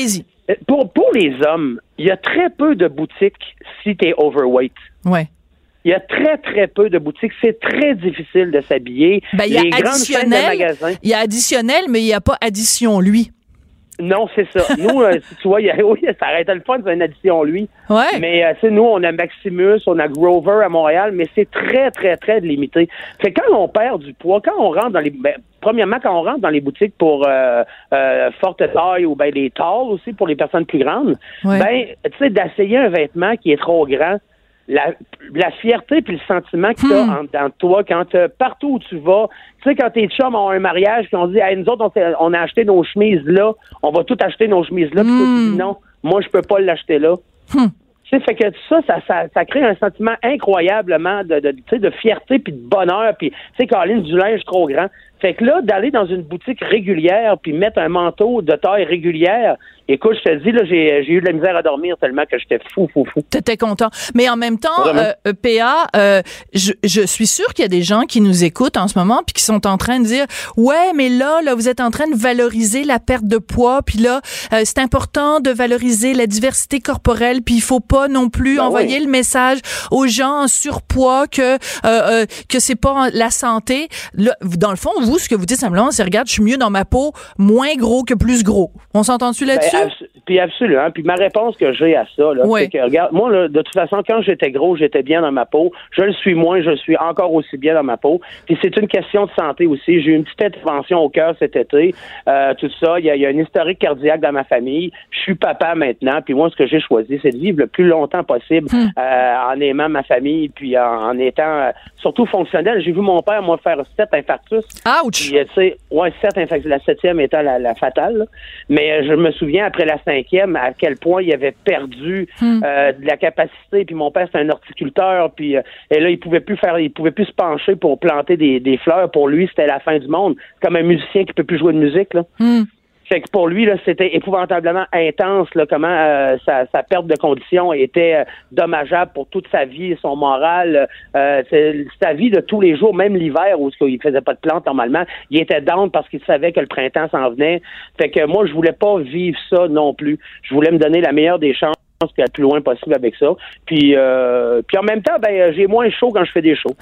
Pour, pour les hommes, il y a très peu de boutiques si tu es overweight. Ouais. Il y a très, très peu de boutiques. C'est très difficile de s'habiller. Ben, il y a les grandes chaînes de magasins. Il y a additionnel, mais il n'y a pas addition, lui. Non, c'est ça. Nous, euh, tu vois, il y a, oui, ça aurait été le fun, c'est une addition, lui. Ouais. Mais, euh, tu sais, nous, on a Maximus, on a Grover à Montréal, mais c'est très, très, très limité. Fait que quand on perd du poids, quand on rentre dans les... Ben, premièrement, quand on rentre dans les boutiques pour euh, euh, forte taille ou ben les talls aussi, pour les personnes plus grandes, ouais. ben, tu sais, d'essayer un vêtement qui est trop grand, La, la fierté puis le sentiment que tu as hmm. dans toi quand euh, partout où tu vas, tu sais, quand tes chums ont un mariage puis on dit hey, nous autres on, on a acheté nos chemises là, on va tout acheter nos chemises là, puis hmm. toi tu dis non, moi je peux pas l'acheter là. Hmm. Tu sais, fait que ça, ça, ça, ça crée un sentiment incroyablement de, de, tu sais, de fierté puis de bonheur puis tu sais, Caroline, du linge trop grand. Fait que là, d'aller dans une boutique régulière puis mettre un manteau de taille régulière, écoute, je te dis, là, j'ai, j'ai eu de la misère à dormir tellement que j'étais fou, fou, fou. T'étais content. Mais en même temps, euh, P A, euh, je, je suis sûre qu'il y a des gens qui nous écoutent en ce moment puis qui sont en train de dire, ouais, mais là, là, vous êtes en train de valoriser la perte de poids puis là, euh, c'est important de valoriser la diversité corporelle puis il faut pas non plus ben envoyer oui. le message aux gens en surpoids que, euh, euh, que c'est pas la santé. Là, dans le fond, vous, ce que vous dites simplement, c'est regarde, je suis mieux dans ma peau, moins gros que plus gros. On s'entend-tu là-dessus? Ben, abs- puis absolument. Puis ma réponse que j'ai à ça, là, ouais. c'est que, regarde, moi, là, de toute façon, quand j'étais gros, j'étais bien dans ma peau. Je le suis moins, je suis encore aussi bien dans ma peau. Puis c'est une question de santé aussi. J'ai eu une petite intervention au cœur cet été. Euh, tout ça, il y a, y a un historique cardiaque dans ma famille. Je suis papa maintenant. Puis moi, ce que j'ai choisi, c'est de vivre le plus longtemps possible hum. euh, en aimant ma famille puis en, en étant euh, surtout fonctionnel. J'ai vu mon père, moi, faire sept infarctus. Ouch! Puis, tu sais, ouais, sept infarctus, la septième étant la, la fatale. Là. Mais euh, je me souviens, après la cinquième, à quel point il avait perdu hmm. euh, de la capacité. Puis mon père, c'est un horticulteur. Puis euh, et là, il pouvait plus faire, il pouvait plus se pencher pour planter des, des fleurs. Pour lui, c'était la fin du monde. Comme un musicien qui peut plus jouer de musique, là. Hmm. Fait que pour lui, là, c'était épouvantablement intense, là, comment euh, sa, sa perte de condition était euh, dommageable pour toute sa vie, son moral, euh, c'est, sa vie de tous les jours, même l'hiver où il faisait pas de plantes normalement, il était down parce qu'il savait que le printemps s'en venait. Fait que moi, je voulais pas vivre ça non plus. Je voulais me donner la meilleure des chances puis être le plus loin possible avec ça. Puis, euh, puis en même temps, ben j'ai moins chaud quand je fais des shows.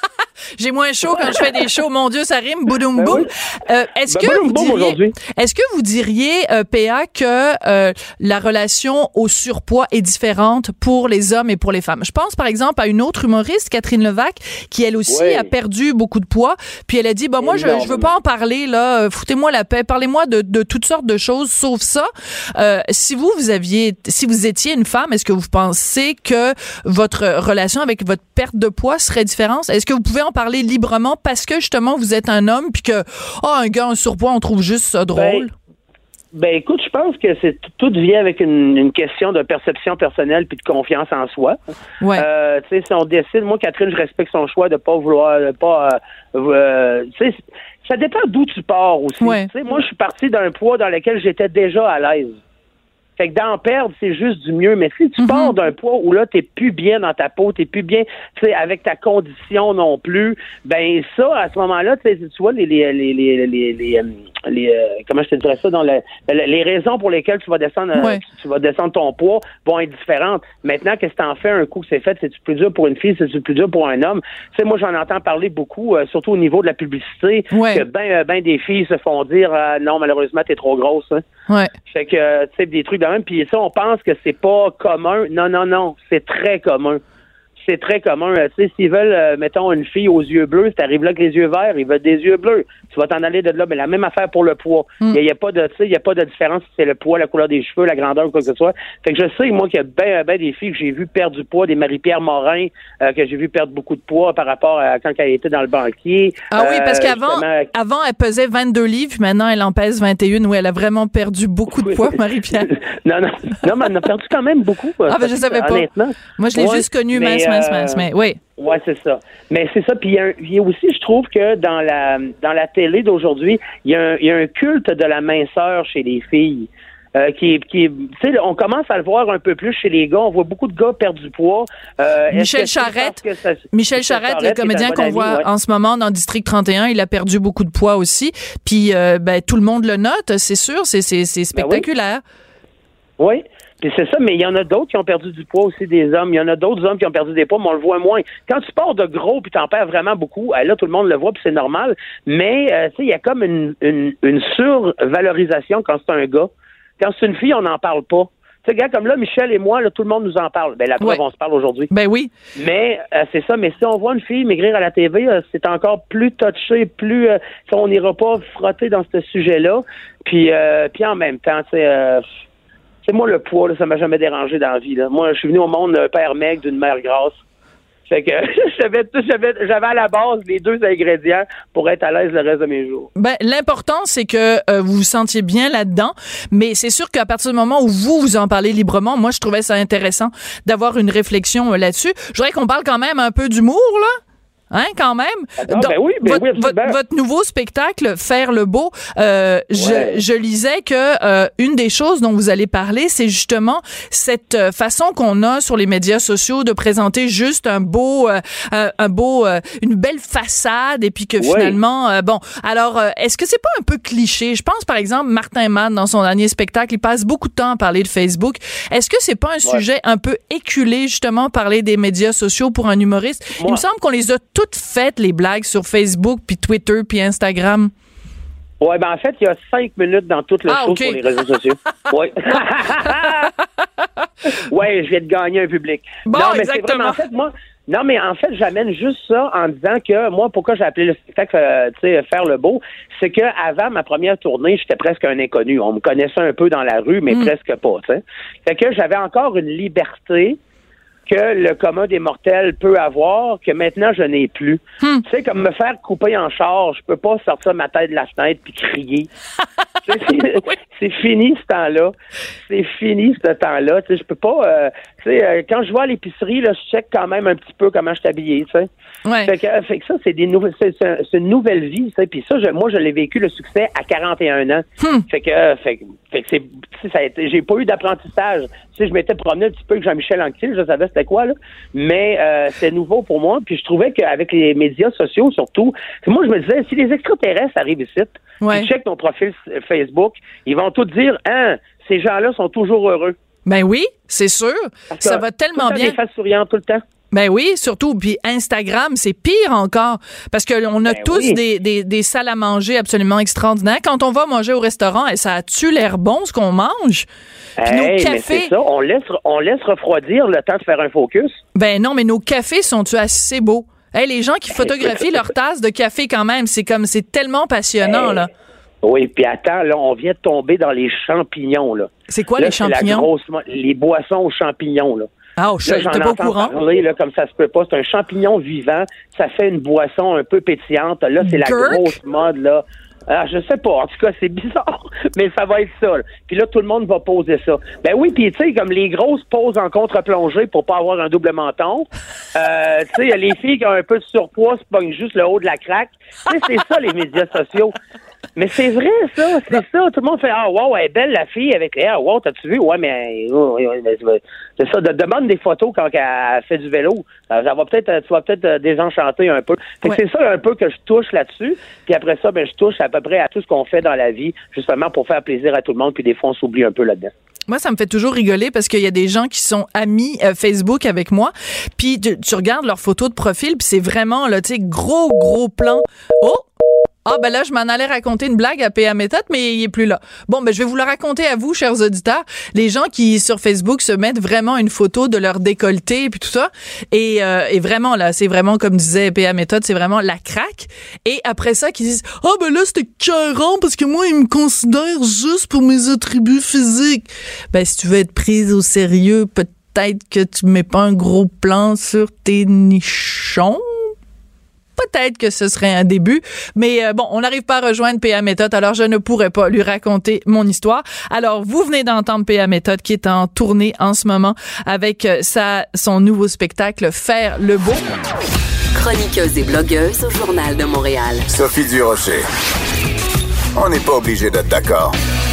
J'ai moins chaud quand je fais des shows. Mon Dieu, ça rime, boudoum ben boum. Oui. Euh, est-ce ben que boum, vous boum diriez, est-ce que vous diriez, euh, P A, que euh, la relation au surpoids est différente pour les hommes et pour les femmes? Je pense, par exemple, à une autre humoriste, Catherine Levac, qui elle aussi oui. a perdu beaucoup de poids. Puis elle a dit, bah moi, je, je veux pas en parler là. Foutez-moi la paix. Parlez-moi de, de toutes sortes de choses, sauf ça. Euh, si vous, vous aviez, si vous étiez une femme, est-ce que vous pensez que votre relation avec votre perte de poids serait différente? Est-ce que vous pouvez en parler librement parce que justement vous êtes un homme puis que oh, un gars en surpoids on trouve juste ça drôle? Ben, ben écoute, je pense que c'est tout vient avec une, une question de perception personnelle puis de confiance en soi. Ouais. Euh, tu sais, si on décide, moi Catherine, je respecte son choix de pas vouloir, de pas, euh, euh, tu sais, ça dépend d'où tu pars aussi. Ouais. Tu sais, moi je suis parti d'un poids dans lequel j'étais déjà à l'aise. Fait que d'en perdre, c'est juste du mieux. Mais si tu mm-hmm. pars d'un poids où là, t'es plus bien dans ta peau, t'es plus bien, tu sais, avec ta condition non plus, ben ça, à ce moment-là, tu sais, tu vois, les, les, les, les, les, les, les euh, comment je te dirais ça, dans le, les raisons pour lesquelles tu vas descendre, ouais. euh, tu vas descendre ton poids vont être différentes. Maintenant, qu'est-ce que t'en fais un coup que c'est fait? C'est-tu plus dur pour une fille? C'est-tu plus dur pour un homme? Tu sais, moi, j'en entends parler beaucoup, euh, surtout au niveau de la publicité, ouais. que ben, euh, ben des filles se font dire, euh, non, malheureusement, t'es trop grosse, hein. Ouais. Fait que, tu sais, des trucs de même. Puis ça, on pense que c'est pas commun. Non, non, non. C'est très commun. C'est très commun. Tu sais, s'ils veulent, euh, mettons, une fille aux yeux bleus, si t'arrives là avec les yeux verts, ils veulent des yeux bleus. Tu vas t'en aller de là. Mais la même affaire pour le poids. Il mm. n'y a, a pas de, tu sais, il y a pas de différence si c'est le poids, la couleur des cheveux, la grandeur ou quoi que ce soit. Fait que je sais, moi, qu'il y a ben, ben des filles que j'ai vues perdre du poids, des Marie-Pierre Morin, euh, que j'ai vu perdre beaucoup de poids par rapport à quand elle était dans le banquier. Ah oui, parce euh, qu'avant, justement... avant, elle pesait vingt-deux livres, puis maintenant, elle en pèse vingt et un, où elle a vraiment perdu beaucoup de poids, Marie-Pierre. non, non, non, mais elle en a perdu quand même beaucoup. Ah, ben, je savais pas. Honnêtement. Moi, je l'ai ouais, juste connue mais, mince, mince, mince, mais oui. Ouais, c'est ça. Mais c'est ça. Puis il y a, un, il y a aussi, je trouve que dans la dans la télé d'aujourd'hui, il y a un, il y a un culte de la minceur chez les filles. Euh, qui, qui, tu sais, on commence à le voir un peu plus chez les gars. On voit beaucoup de gars perdre du poids. Euh, Michel Charette, ça, Michel Charette, le comédien qu'on ami, voit ouais. en ce moment dans District trente et un, il a perdu beaucoup de poids aussi. Puis, euh, ben, tout le monde le note, c'est sûr. C'est, c'est, c'est spectaculaire. Ben oui. Oui. Puis c'est ça, mais il y en a d'autres qui ont perdu du poids aussi, des hommes. Il y en a d'autres hommes qui ont perdu des poids, mais on le voit moins. Quand tu pars de gros puis t'en perds vraiment beaucoup, là, tout le monde le voit puis c'est normal. Mais, euh, tu sais, il y a comme une, une, une survalorisation quand c'est un gars. Quand c'est une fille, on n'en parle pas. Tu sais, gars, comme là, Michel et moi, là, tout le monde nous en parle. Ben, la preuve, ouais. on se parle aujourd'hui. Ben oui. Mais, euh, c'est ça. Mais si on voit une fille maigrir à la T V, euh, c'est encore plus touché, plus, euh, on n'ira pas frotter dans ce sujet-là. Puis, euh, puis en même temps, tu sais, euh, c'est moi, le poids, là, ça m'a jamais dérangé dans la vie. Là. Moi, je suis venu au monde d'un père maigre, d'une mère grasse. Fait que j'avais, j'avais, j'avais à la base les deux ingrédients pour être à l'aise le reste de mes jours. Ben, l'important, c'est que euh, vous vous sentiez bien là-dedans, mais c'est sûr qu'à partir du moment où vous, vous en parlez librement, moi, je trouvais ça intéressant d'avoir une réflexion euh, là-dessus. Je voudrais qu'on parle quand même un peu d'humour, là. Hein, quand même. Ah, Donc, ben oui, ben votre, oui, votre, votre nouveau spectacle, Faire le beau, euh, ouais. je, je lisais que euh, une des choses dont vous allez parler, c'est justement cette façon qu'on a sur les médias sociaux de présenter juste un beau, euh, un beau, euh, une belle façade, et puis que ouais. finalement, euh, bon. Alors, euh, est-ce que c'est pas un peu cliché? Je pense, par exemple, Martin Matt, dans son dernier spectacle, il passe beaucoup de temps à parler de Facebook. Est-ce que c'est pas un ouais. sujet un peu éculé, justement, parler des médias sociaux pour un humoriste? Moi. Il me semble qu'on les a toutes faites, les blagues sur Facebook, puis Twitter, puis Instagram. Ouais, ben en fait, il y a cinq minutes dans tout le ah, show okay. sur les réseaux sociaux. Ouais. ouais, je viens de gagner un public. Bon, non, mais exactement. C'est vraiment, en fait, moi, non, mais en fait, j'amène juste ça en disant que moi, pourquoi j'ai appelé le spectacle, euh, tu sais, Faire le beau, c'est que avant ma première tournée, j'étais presque un inconnu. On me connaissait un peu dans la rue, mais mm. presque pas, tu sais. Fait que j'avais encore une liberté que le commun des mortels peut avoir, que maintenant je n'ai plus. Hmm. Tu sais, comme me faire couper en char, je peux pas sortir ma tête de la fenêtre puis crier. c'est, oui. c'est fini ce temps-là. C'est fini ce temps-là. Tu sais, je peux pas. Euh, tu sais, euh, quand je vais à l'épicerie, là, je check quand même un petit peu comment je suis habillé. Tu sais. Ouais. Fait que, fait que ça, c'est des nouvelles, c'est, c'est, c'est une nouvelle vie. Tu sais. Puis ça, je, moi, je l'ai vécu le succès à quarante et un ans. Hmm. Fait que, euh, fait, fait que c'est, ça a été, j'ai pas eu d'apprentissage. Tu sais, je m'étais promené un petit peu avec Jean-Michel Anctil, je savais c'était quoi là, mais euh, c'est nouveau pour moi. Puis je trouvais qu'avec les médias sociaux surtout, moi je me disais si les extraterrestres arrivent ici, ouais. ils checkent ton profil Facebook, ils vont tous dire hein, ces gens-là sont toujours heureux. Ben oui, c'est sûr. Parce ça va tellement tout le temps, bien. Des faces souriantes tout le temps. Ben oui, surtout, puis Instagram, c'est pire encore, parce que on a ben tous oui. des, des, des salles à manger absolument extraordinaires. Quand on va manger au restaurant, ça a-tu l'air bon, ce qu'on mange? Puis hey, nos cafés... mais c'est ça, on laisse, on laisse refroidir le temps de faire un focus. Ben non, mais nos cafés sont-tu assez beaux? Hey, les gens qui photographient leur tasse de café quand même, c'est comme, c'est tellement passionnant, hey. là. Oui, puis attends, là, on vient de tomber dans les champignons, là. C'est quoi, là, les champignons? La grosse, les boissons aux champignons, là. Ah, oh, je là, j'en pas au courant. Parler, là, comme ça se peut pas. C'est un champignon vivant. Ça fait une boisson un peu pétillante. Là, c'est Gurk? La grosse mode, là. Ah, je sais pas. En tout cas, c'est bizarre, mais ça va être ça. Là. Puis là, tout le monde va poser ça. Ben oui, puis tu sais, comme les grosses poses en contre-plongée pour pas avoir un double menton. Euh, tu sais, les filles qui ont un peu de surpoids se pognent juste le haut de la craque. Tu sais, c'est ça, les médias sociaux. Mais c'est vrai, ça, c'est ça. Tout le monde fait « Ah, wow, elle est belle, la fille, avec les... Ah, wow, t'as-tu vu? Ouais, mais... Oh, c'est ça, de, demande des photos quand elle fait du vélo. Ça va peut-être, tu vas peut-être désenchanter un peu. Fait que ouais. C'est ça un peu que je touche là-dessus. Puis après ça, ben je touche à peu près à tout ce qu'on fait dans la vie, justement pour faire plaisir à tout le monde. Puis des fois, on s'oublie un peu là-dedans. Moi, ça me fait toujours rigoler parce qu'il y a des gens qui sont amis euh, Facebook avec moi, puis tu, tu regardes leurs photos de profil, puis c'est vraiment, là, tu sais, gros, gros plan. Oh! Ah, ben là, je m'en allais raconter une blague à P A Méthode, mais il est plus là. Bon, ben je vais vous la raconter à vous, chers auditeurs. Les gens qui, sur Facebook, se mettent vraiment une photo de leur décolleté puis tout ça. Et, euh, et vraiment, là, c'est vraiment, comme disait P A Méthode, c'est vraiment la craque. Et après ça, qui disent « Ah, ben là, c'était écœurant parce que moi, ils me considèrent juste pour mes attributs physiques. » Ben, si tu veux être prise au sérieux, peut-être que tu mets pas un gros plan sur tes nichons. Peut-être que ce serait un début, mais euh, bon, on n'arrive pas à rejoindre P A Méthode, alors je ne pourrais pas lui raconter mon histoire. Alors, vous venez d'entendre P A Méthode qui est en tournée en ce moment avec euh, sa, son nouveau spectacle Faire le beau. Chroniqueuse et blogueuse au Journal de Montréal. Sophie Durocher. On n'est pas obligé d'être d'accord.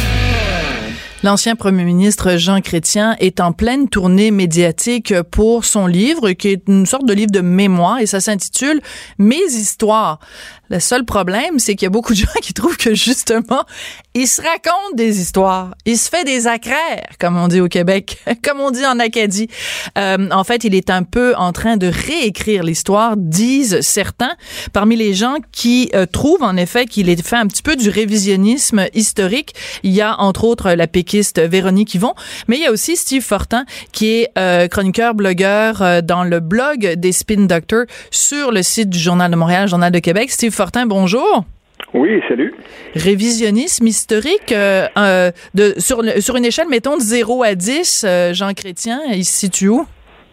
L'ancien premier ministre Jean Chrétien est en pleine tournée médiatique pour son livre, qui est une sorte de livre de mémoire, et ça s'intitule « Mes histoires ». Le seul problème, c'est qu'il y a beaucoup de gens qui trouvent que, justement, il se raconte des histoires. Il se fait des accraires, comme on dit au Québec, comme on dit en Acadie. Euh, en fait, il est un peu en train de réécrire l'histoire, disent certains, parmi les gens qui euh, trouvent en effet qu'il est fait un petit peu du révisionnisme historique. Il y a entre autres la péquiste Véronique Yvon, mais il y a aussi Steve Fortin qui est euh, chroniqueur, blogueur euh, dans le blog des Spin Doctors sur le site du Journal de Montréal, Journal de Québec. Steve Fortin, bonjour. Oui, salut. Révisionnisme historique, euh, euh, de, sur, sur une échelle, mettons, de zéro à dix, euh, Jean Chrétien, il se situe où?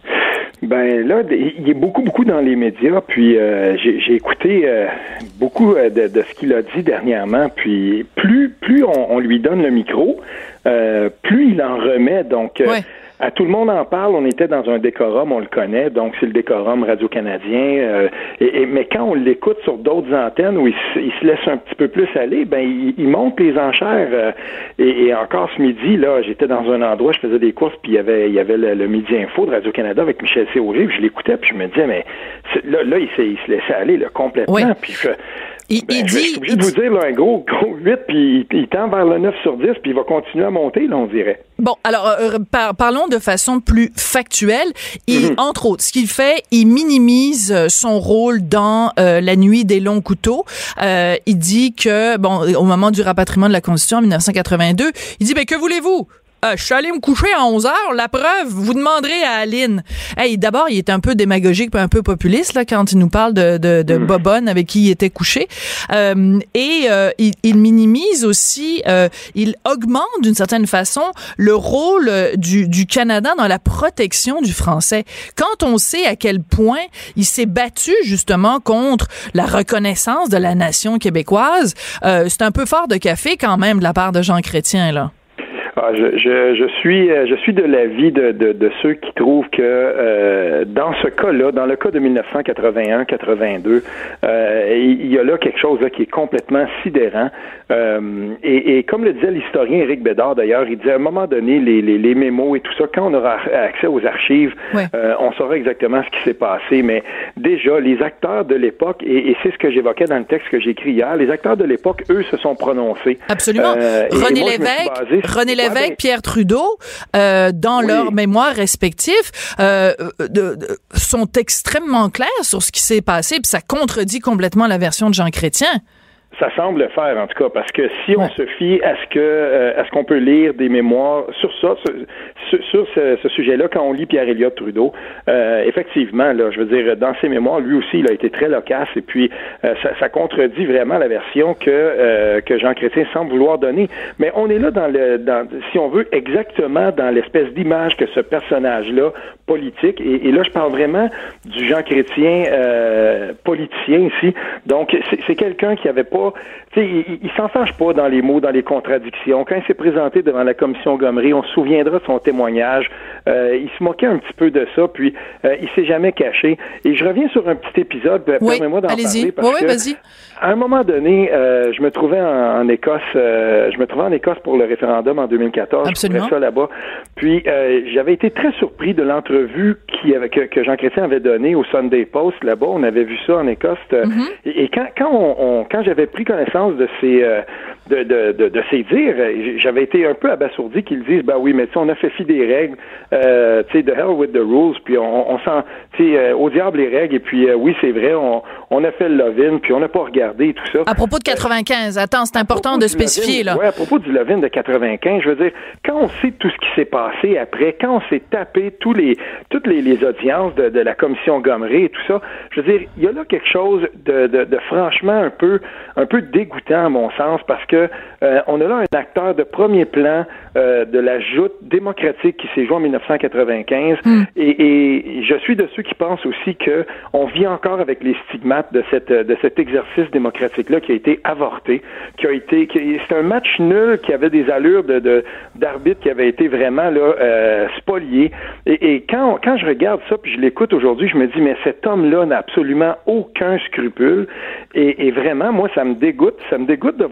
Ben là, il est beaucoup, beaucoup dans les médias, puis euh, j'ai, j'ai écouté euh, beaucoup de, de ce qu'il a dit dernièrement, puis plus, plus on, on lui donne le micro, euh, plus il en remet, donc... Euh, ouais. À tout le monde en parle, on était dans un décorum, on le connaît, donc c'est le décorum Radio-Canadien. Euh, et, et, mais quand on l'écoute sur d'autres antennes où il, il se laisse un petit peu plus aller, ben il, il monte les enchères. Euh, et, et encore ce midi, là, j'étais dans un endroit, je faisais des courses, puis il y avait, il y avait le, le Midi Info de Radio-Canada avec Michel Céaulté, puis je l'écoutais, puis je me disais, mais là, là il, se, il se laissait aller là, complètement. Oui. Puis je, Il, ben, il je dit, suis obligé de vous dire là, un gros, gros huit, puis il, il tend vers le neuf sur dix, puis il va continuer à monter, là, on dirait. Bon, alors, euh, par, parlons de façon plus factuelle. Il, mm-hmm. Entre autres, ce qu'il fait, il minimise son rôle dans euh, La Nuit des longs couteaux. Euh, il dit que, bon, au moment du rapatriement de la Constitution en dix-neuf cent quatre-vingt-deux, il dit, ben, que voulez-vous? Euh, je suis allé me coucher à onze heures. La preuve, vous demanderez à Aline. Hey, d'abord, il est un peu démagogique, un peu populiste là quand il nous parle de, de, de mmh. Bobonne avec qui il était couché. Euh, et euh, il, il minimise aussi, euh, il augmente d'une certaine façon le rôle du, du Canada dans la protection du français. Quand on sait à quel point il s'est battu justement contre la reconnaissance de la nation québécoise, euh, c'est un peu fort de café quand même de la part de Jean Chrétien là. Ah, je, je, je suis je suis de l'avis de, de, de ceux qui trouvent que euh, dans ce cas-là, dans le cas de dix-neuf cent quatre-vingt-un quatre-vingt-deux, euh, il y a là quelque chose là, qui est complètement sidérant. Euh, et, et comme le disait l'historien Éric Bédard d'ailleurs, il disait à un moment donné, les, les, les mémos et tout ça, quand on aura accès aux archives, ouais. euh, on saura exactement ce qui s'est passé. Mais déjà, les acteurs de l'époque, et, et c'est ce que j'évoquais dans le texte que j'ai écrit hier, les acteurs de l'époque, eux, se sont prononcés. Absolument. Euh, René et moi, Lévesque, René Lévesque, ouais, ben, Pierre Trudeau, euh, dans oui. leurs mémoires respectifs, euh, de, de, sont extrêmement clairs sur ce qui s'est passé, puis ça contredit complètement la version de Jean Chrétien. Ça semble le faire, en tout cas, parce que si on ouais. se fie à ce que euh, à ce qu'on peut lire des mémoires sur ça, sur, sur ce, ce sujet-là, quand on lit Pierre-Éliott Trudeau, euh, effectivement, là, je veux dire, dans ses mémoires, lui aussi, il a été très loquace, et puis euh, ça, ça contredit vraiment la version que euh, que Jean Chrétien semble vouloir donner. Mais on est là dans le, dans, si on veut, exactement dans l'espèce d'image que ce personnage-là politique, et, et là, je parle vraiment du Jean Chrétien euh, politicien ici. Donc, c'est, c'est quelqu'un qui avait pas Tu sais, il, il s'en fâche pas dans les mots, dans les contradictions. Quand il s'est présenté devant la commission Gomery, on se souviendra de son témoignage. Euh, il se moquait un petit peu de ça, puis euh, il s'est jamais caché. Et je reviens sur un petit épisode, oui, permets-moi d'en allez-y. parler, parce oui, que vas-y. À un moment donné, euh, je me trouvais en, en Écosse, euh, je me trouvais en Écosse pour le référendum en deux mille quatorze. Absolument. Je trouvais ça là-bas. Puis euh, j'avais été très surpris de l'entrevue qui avait, que, que Jean Chrétien avait donnée au Sunday Post là-bas. On avait vu ça en Écosse. Mm-hmm. Et, et quand quand on, on quand j'avais pris connaissance de ces euh, de, de, de, de ces dires, j'avais été un peu abasourdi qu'ils disent ben oui, mais tu sais, on a fait fi des règles, euh, tu sais, the hell with the rules, puis on, on sent, tu sais, euh, au diable les règles, et puis euh, oui, c'est vrai, on, on a fait le Levin, puis on n'a pas regardé et tout ça. À propos de quatre-vingt-quinze, attends, c'est important de spécifier, là. Oui, à propos du Levin de quatre-vingt-quinze, je veux dire, quand on sait tout ce qui s'est passé après, quand on s'est tapé tous les, toutes les, les audiences de, de la commission Gomery et tout ça, je veux dire, il y a là quelque chose de, de, de franchement un peu, un peu dégoûtant à mon sens, parce que euh, on a là un acteur de premier plan euh, de la joute démocratique qui s'est jouée en dix-neuf cent quatre-vingt-quinze, mm. et, et je suis de ceux qui pensent aussi que on vit encore avec les stigmates de cette de cet exercice démocratique-là qui a été avorté, qui a été, qui, c'est un match nul qui avait des allures de, de d'arbitre qui avait été vraiment là euh, spolié, et, et quand quand je regarde ça puis je l'écoute aujourd'hui, je me dis mais cet homme-là n'a absolument aucun scrupule, et, et vraiment moi ça me dégoûte, ça me dégoûte de voir ça, parce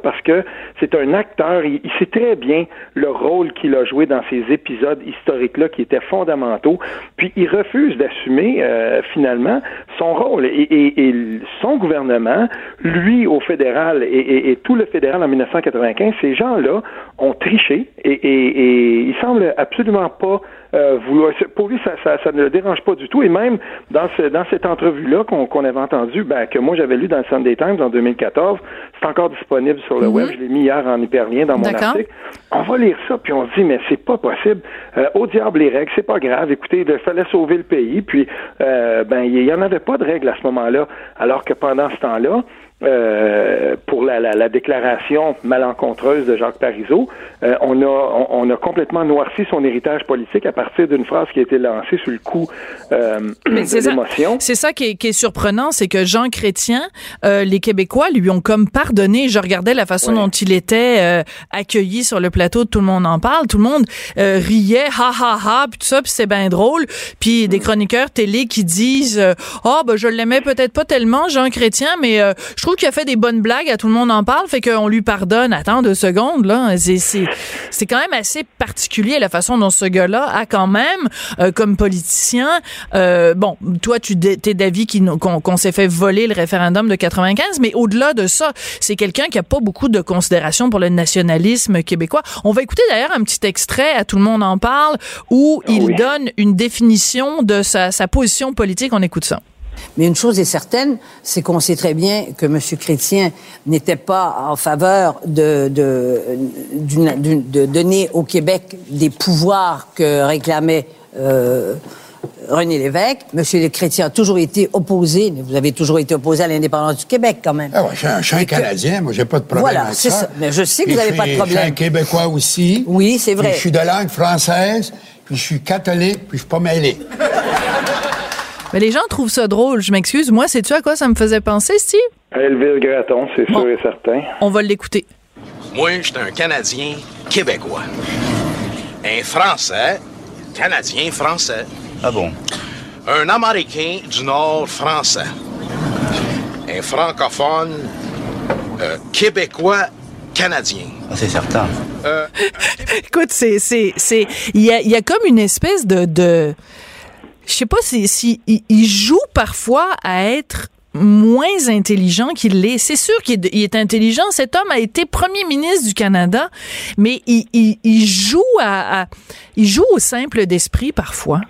parce que c'est un acteur, il, il sait très bien le rôle qu'il a joué dans ces épisodes historiques-là qui étaient fondamentaux, puis il refuse d'assumer euh, finalement son rôle. Et, et, et son gouvernement, lui au fédéral et, et, et tout le fédéral en dix-neuf cent quatre-vingt-quinze, ces gens-là ont triché et, et, et ils semblent absolument pas Euh, vouloir, pour lui, ça, ça, ça ne le dérange pas du tout. Et même dans, ce, dans cette entrevue-là qu'on, qu'on avait entendue, ben, que moi j'avais lu dans le Sunday Times en deux mille quatorze, c'est encore disponible sur le mm-hmm. web. Je l'ai mis hier en hyperlien dans mon D'accord. article. On va lire ça, puis on se dit, mais c'est pas possible. Euh, au diable les règles, c'est pas grave. Écoutez, il fallait sauver le pays, puis euh, ben il y en avait pas de règles à ce moment-là, alors que pendant ce temps-là, Euh, pour la, la, la déclaration malencontreuse de Jacques Parizeau, euh, on a on, on a complètement noirci son héritage politique à partir d'une phrase qui a été lancée sous le coup euh, de l'émotion. C'est ça qui est, qui est surprenant, c'est que Jean Chrétien, euh, les Québécois lui ont comme pardonné. Je regardais la façon ouais. dont il était euh, accueilli sur le plateau de Tout le monde en parle. Tout le monde euh, riait, ha ha ha, puis tout ça, puis c'est bien drôle. Puis des chroniqueurs télé qui disent, ah euh, oh, ben je l'aimais peut-être pas tellement Jean Chrétien, mais euh, je trouve qu'il a fait des bonnes blagues, à Tout le monde en parle, fait qu'on lui pardonne. Attends deux secondes, là. C'est, c'est, c'est quand même assez particulier la façon dont ce gars-là a quand même, euh, comme politicien, euh, bon, toi, tu t'es d'avis qu'on, qu'on s'est fait voler le référendum de quatre-vingt-quinze, mais au-delà de ça, c'est quelqu'un qui a pas beaucoup de considération pour le nationalisme québécois. On va écouter d'ailleurs un petit extrait, à Tout le monde en parle, où il oui. donne une définition de sa, sa position politique. On écoute ça. Mais une chose est certaine, c'est qu'on sait très bien que M. Chrétien n'était pas en faveur de, de, d'une, d'une, de donner au Québec des pouvoirs que réclamait euh, René Lévesque. M. Chrétien a toujours été opposé, vous avez toujours été opposé à l'indépendance du Québec, quand même. Ah ouais, je suis un, je suis un Canadien, que, moi, j'ai pas de problème voilà, avec c'est ça. ça. Mais je sais que puis vous n'avez pas de problème. Je suis un Québécois aussi. Oui, c'est vrai. Je suis de langue française, puis je suis catholique, puis je suis pas mêlé. Mais les gens trouvent ça drôle, je m'excuse. Moi, sais-tu à quoi ça me faisait penser, Steve? À Elvire Gratton, c'est bon. sûr et certain. On va l'écouter. Moi, je suis un Canadien québécois. Un Français, Canadien français. Ah bon? Un Américain du Nord français. Un francophone euh, québécois canadien. Ah, c'est certain. Euh, Écoute, c'est... c'est, c'est, il y a, il y a comme une espèce de... de je sais pas si, si il, il joue parfois à être moins intelligent qu'il l'est. C'est sûr qu'il est, il est intelligent. Cet homme a été premier ministre du Canada, mais il, il, il joue à, à, il joue au simple d'esprit parfois.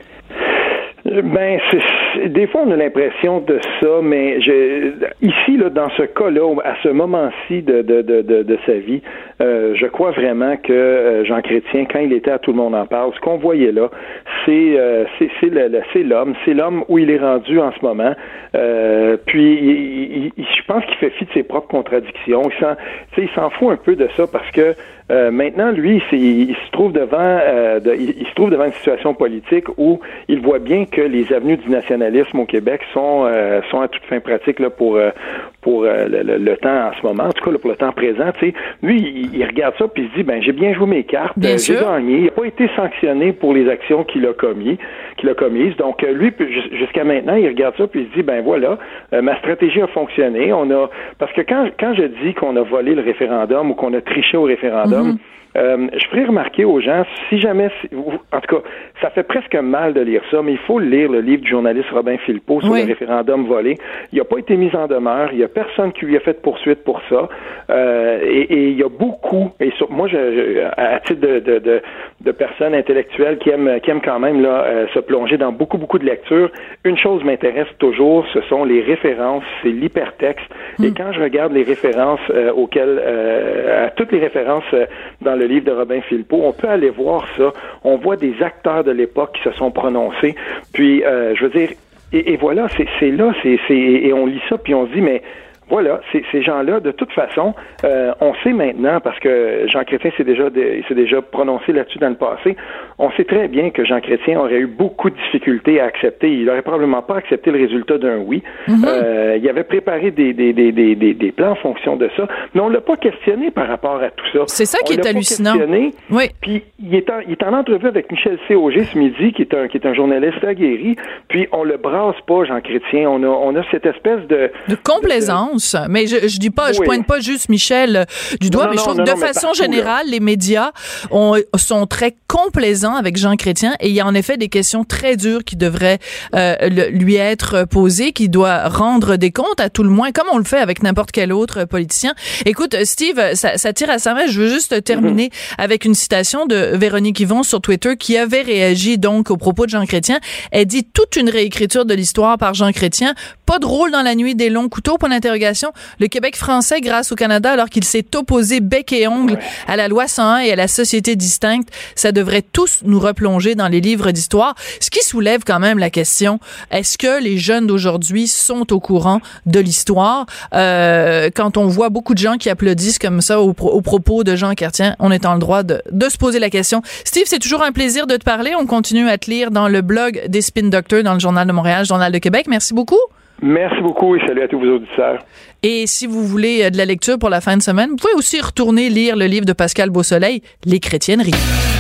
Ben, c'est, c'est, des fois, on a l'impression de ça, mais je, ici, là, dans ce cas-là, à ce moment-ci de, de, de, de, de sa vie, euh, je crois vraiment que euh, Jean Chrétien, quand il était à Tout le monde en parle, ce qu'on voyait là, c'est, euh, c'est, c'est, le, le, c'est l'homme, c'est l'homme où il est rendu en ce moment. Euh, puis, il, il, je pense qu'il fait fi de ses propres contradictions. Il s'en, il s'en fout un peu de ça parce que Euh, maintenant, lui, c'est, il, il se trouve devant, euh, de, il, il se trouve devant une situation politique où il voit bien que les avenues du nationalisme au Québec sont euh, sont à toute fin pratique là pour euh, pour euh, le, le, le temps en ce moment, en tout cas là, pour le temps présent. Tu sais, lui, il, il regarde ça puis il se dit ben j'ai bien joué mes cartes, bien euh, j'ai sûr. gagné. Il n'a pas été sanctionné pour les actions qu'il a commis, qu'il a commises. Donc euh, lui, jusqu'à maintenant, il regarde ça puis il se dit ben voilà, euh, ma stratégie a fonctionné. On a parce que quand quand je dis qu'on a volé le référendum ou qu'on a triché au référendum. Mm-hmm. Euh, je ferai remarquer aux gens, si jamais, en tout cas, ça fait presque mal de lire ça, mais il faut lire le livre du journaliste Robin Philpot sur oui. le référendum volé. Il n'a pas été mis en demeure, il n'y a personne qui lui a fait de poursuite pour ça, euh, et, et il y a beaucoup, et sur, moi, je, je, à titre de, de, de, de personnes intellectuelles qui aiment, qui aiment quand même là, euh, se plonger dans beaucoup, beaucoup de lectures, une chose m'intéresse toujours, ce sont les références, c'est l'hypertexte, mm. et quand je regarde les références euh, auxquelles, euh, à toutes les références euh, dans le livre de Robin Philpot, on peut aller voir ça. On voit des acteurs de l'époque qui se sont prononcés. Puis, euh, je veux dire, et, et voilà, c'est, c'est là, c'est, c'est, et on lit ça, puis on se dit, mais voilà, ces, ces gens-là, de toute façon, euh, on sait maintenant, parce que Jean Chrétien s'est déjà, de, s'est déjà prononcé là-dessus dans le passé, on sait très bien que Jean Chrétien aurait eu beaucoup de difficultés à accepter. Il n'aurait probablement pas accepté le résultat d'un oui. Mm-hmm. Euh, il avait préparé des, des, des, des, des, des plans en fonction de ça, mais on l'a pas questionné par rapport à tout ça. C'est ça qui on est l'a hallucinant. Pas questionné, oui. Puis il est, en, il est en entrevue avec Michel C. Auger ce midi, qui est un, qui est un journaliste aguerri, puis on le brasse pas, Jean Chrétien. On a, on a cette espèce de... De complaisance. réponse. Mais je, je dis pas, oui. je pointe pas juste Michel du doigt, non, mais non, je trouve non, que de non, façon partout, générale, là. les médias ont, sont très complaisants avec Jean Chrétien et il y a en effet des questions très dures qui devraient euh, le, lui être posées, qui doit rendre des comptes à tout le moins, comme on le fait avec n'importe quel autre politicien. Écoute, Steve, ça, ça tire à sa main. Je veux juste terminer mm-hmm. avec une citation de Véronique Yvon sur Twitter qui avait réagi donc aux propos de Jean Chrétien. Elle dit « Toute une réécriture de l'histoire par Jean Chrétien. Pas de rôle dans la nuit des longs couteaux, point d'interrogation. Le Québec français grâce au Canada alors qu'il s'est opposé bec et ongle ouais. à la loi cent un et à la société distincte. Ça devrait tous nous replonger dans les livres d'histoire. » Ce qui soulève quand même la question, est-ce que les jeunes d'aujourd'hui sont au courant de l'histoire? Euh, quand on voit beaucoup de gens qui applaudissent comme ça au, pro- au propos de Jean Chrétien, on est en le droit de, de se poser la question. Steve, c'est toujours un plaisir de te parler. On continue à te lire dans le blog des Spin Doctors, dans le Journal de Montréal, Journal de Québec. Merci beaucoup. Merci beaucoup et salut à tous vos auditeurs. Et si vous voulez de la lecture pour la fin de semaine, vous pouvez aussi retourner lire le livre de Pascal Beausoleil, Les Chrétienneries.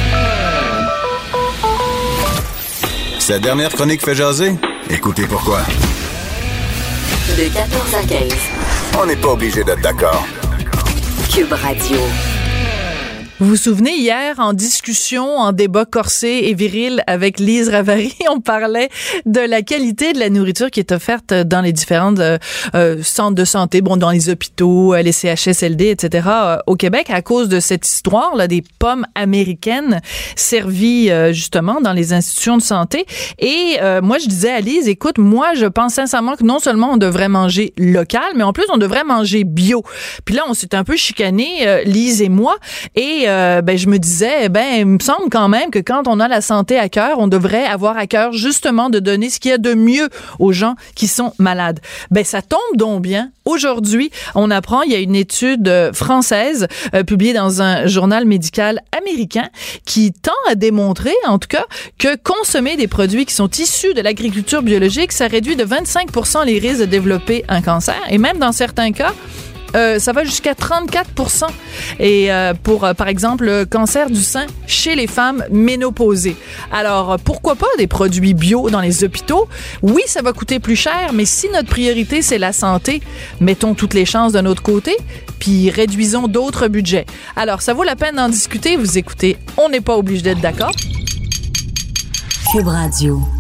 Sa dernière chronique fait jaser? Écoutez pourquoi. De quatorze à quinze. On n'est pas obligé d'être d'accord. Cube Radio. Vous vous souvenez, hier, en discussion, en débat corsé et viril avec Lise Ravary, on parlait de la qualité de la nourriture qui est offerte dans les différentes euh, euh, centres de santé, bon, dans les hôpitaux, les C H S L D, et cetera, euh, au Québec, à cause de cette histoire là des pommes américaines servies euh, justement dans les institutions de santé. Et euh, moi, je disais à Lise, écoute, moi, je pense sincèrement que non seulement on devrait manger local, mais en plus, on devrait manger bio. Puis là, on s'est un peu chicanés, euh, Lise et moi, et Euh, ben je me disais, ben il me semble quand même que quand on a la santé à cœur, on devrait avoir à cœur justement de donner ce qu'il y a de mieux aux gens qui sont malades. Ben ça tombe donc bien. Aujourd'hui, on apprend, il y a une étude française euh, publiée dans un journal médical américain qui tend à démontrer, en tout cas, que consommer des produits qui sont issus de l'agriculture biologique, ça réduit de vingt-cinq pour cent les risques de développer un cancer. Et même dans certains cas, Euh, ça va jusqu'à trente-quatre pour cent. Et euh, pour, euh, par exemple, le cancer du sein chez les femmes ménopausées. Alors, pourquoi pas des produits bio dans les hôpitaux? Oui, ça va coûter plus cher, mais si notre priorité, c'est la santé, mettons toutes les chances de notre côté, puis réduisons d'autres budgets. Alors, ça vaut la peine d'en discuter. Vous écoutez, on n'est pas obligé d'être d'accord. Cube Radio.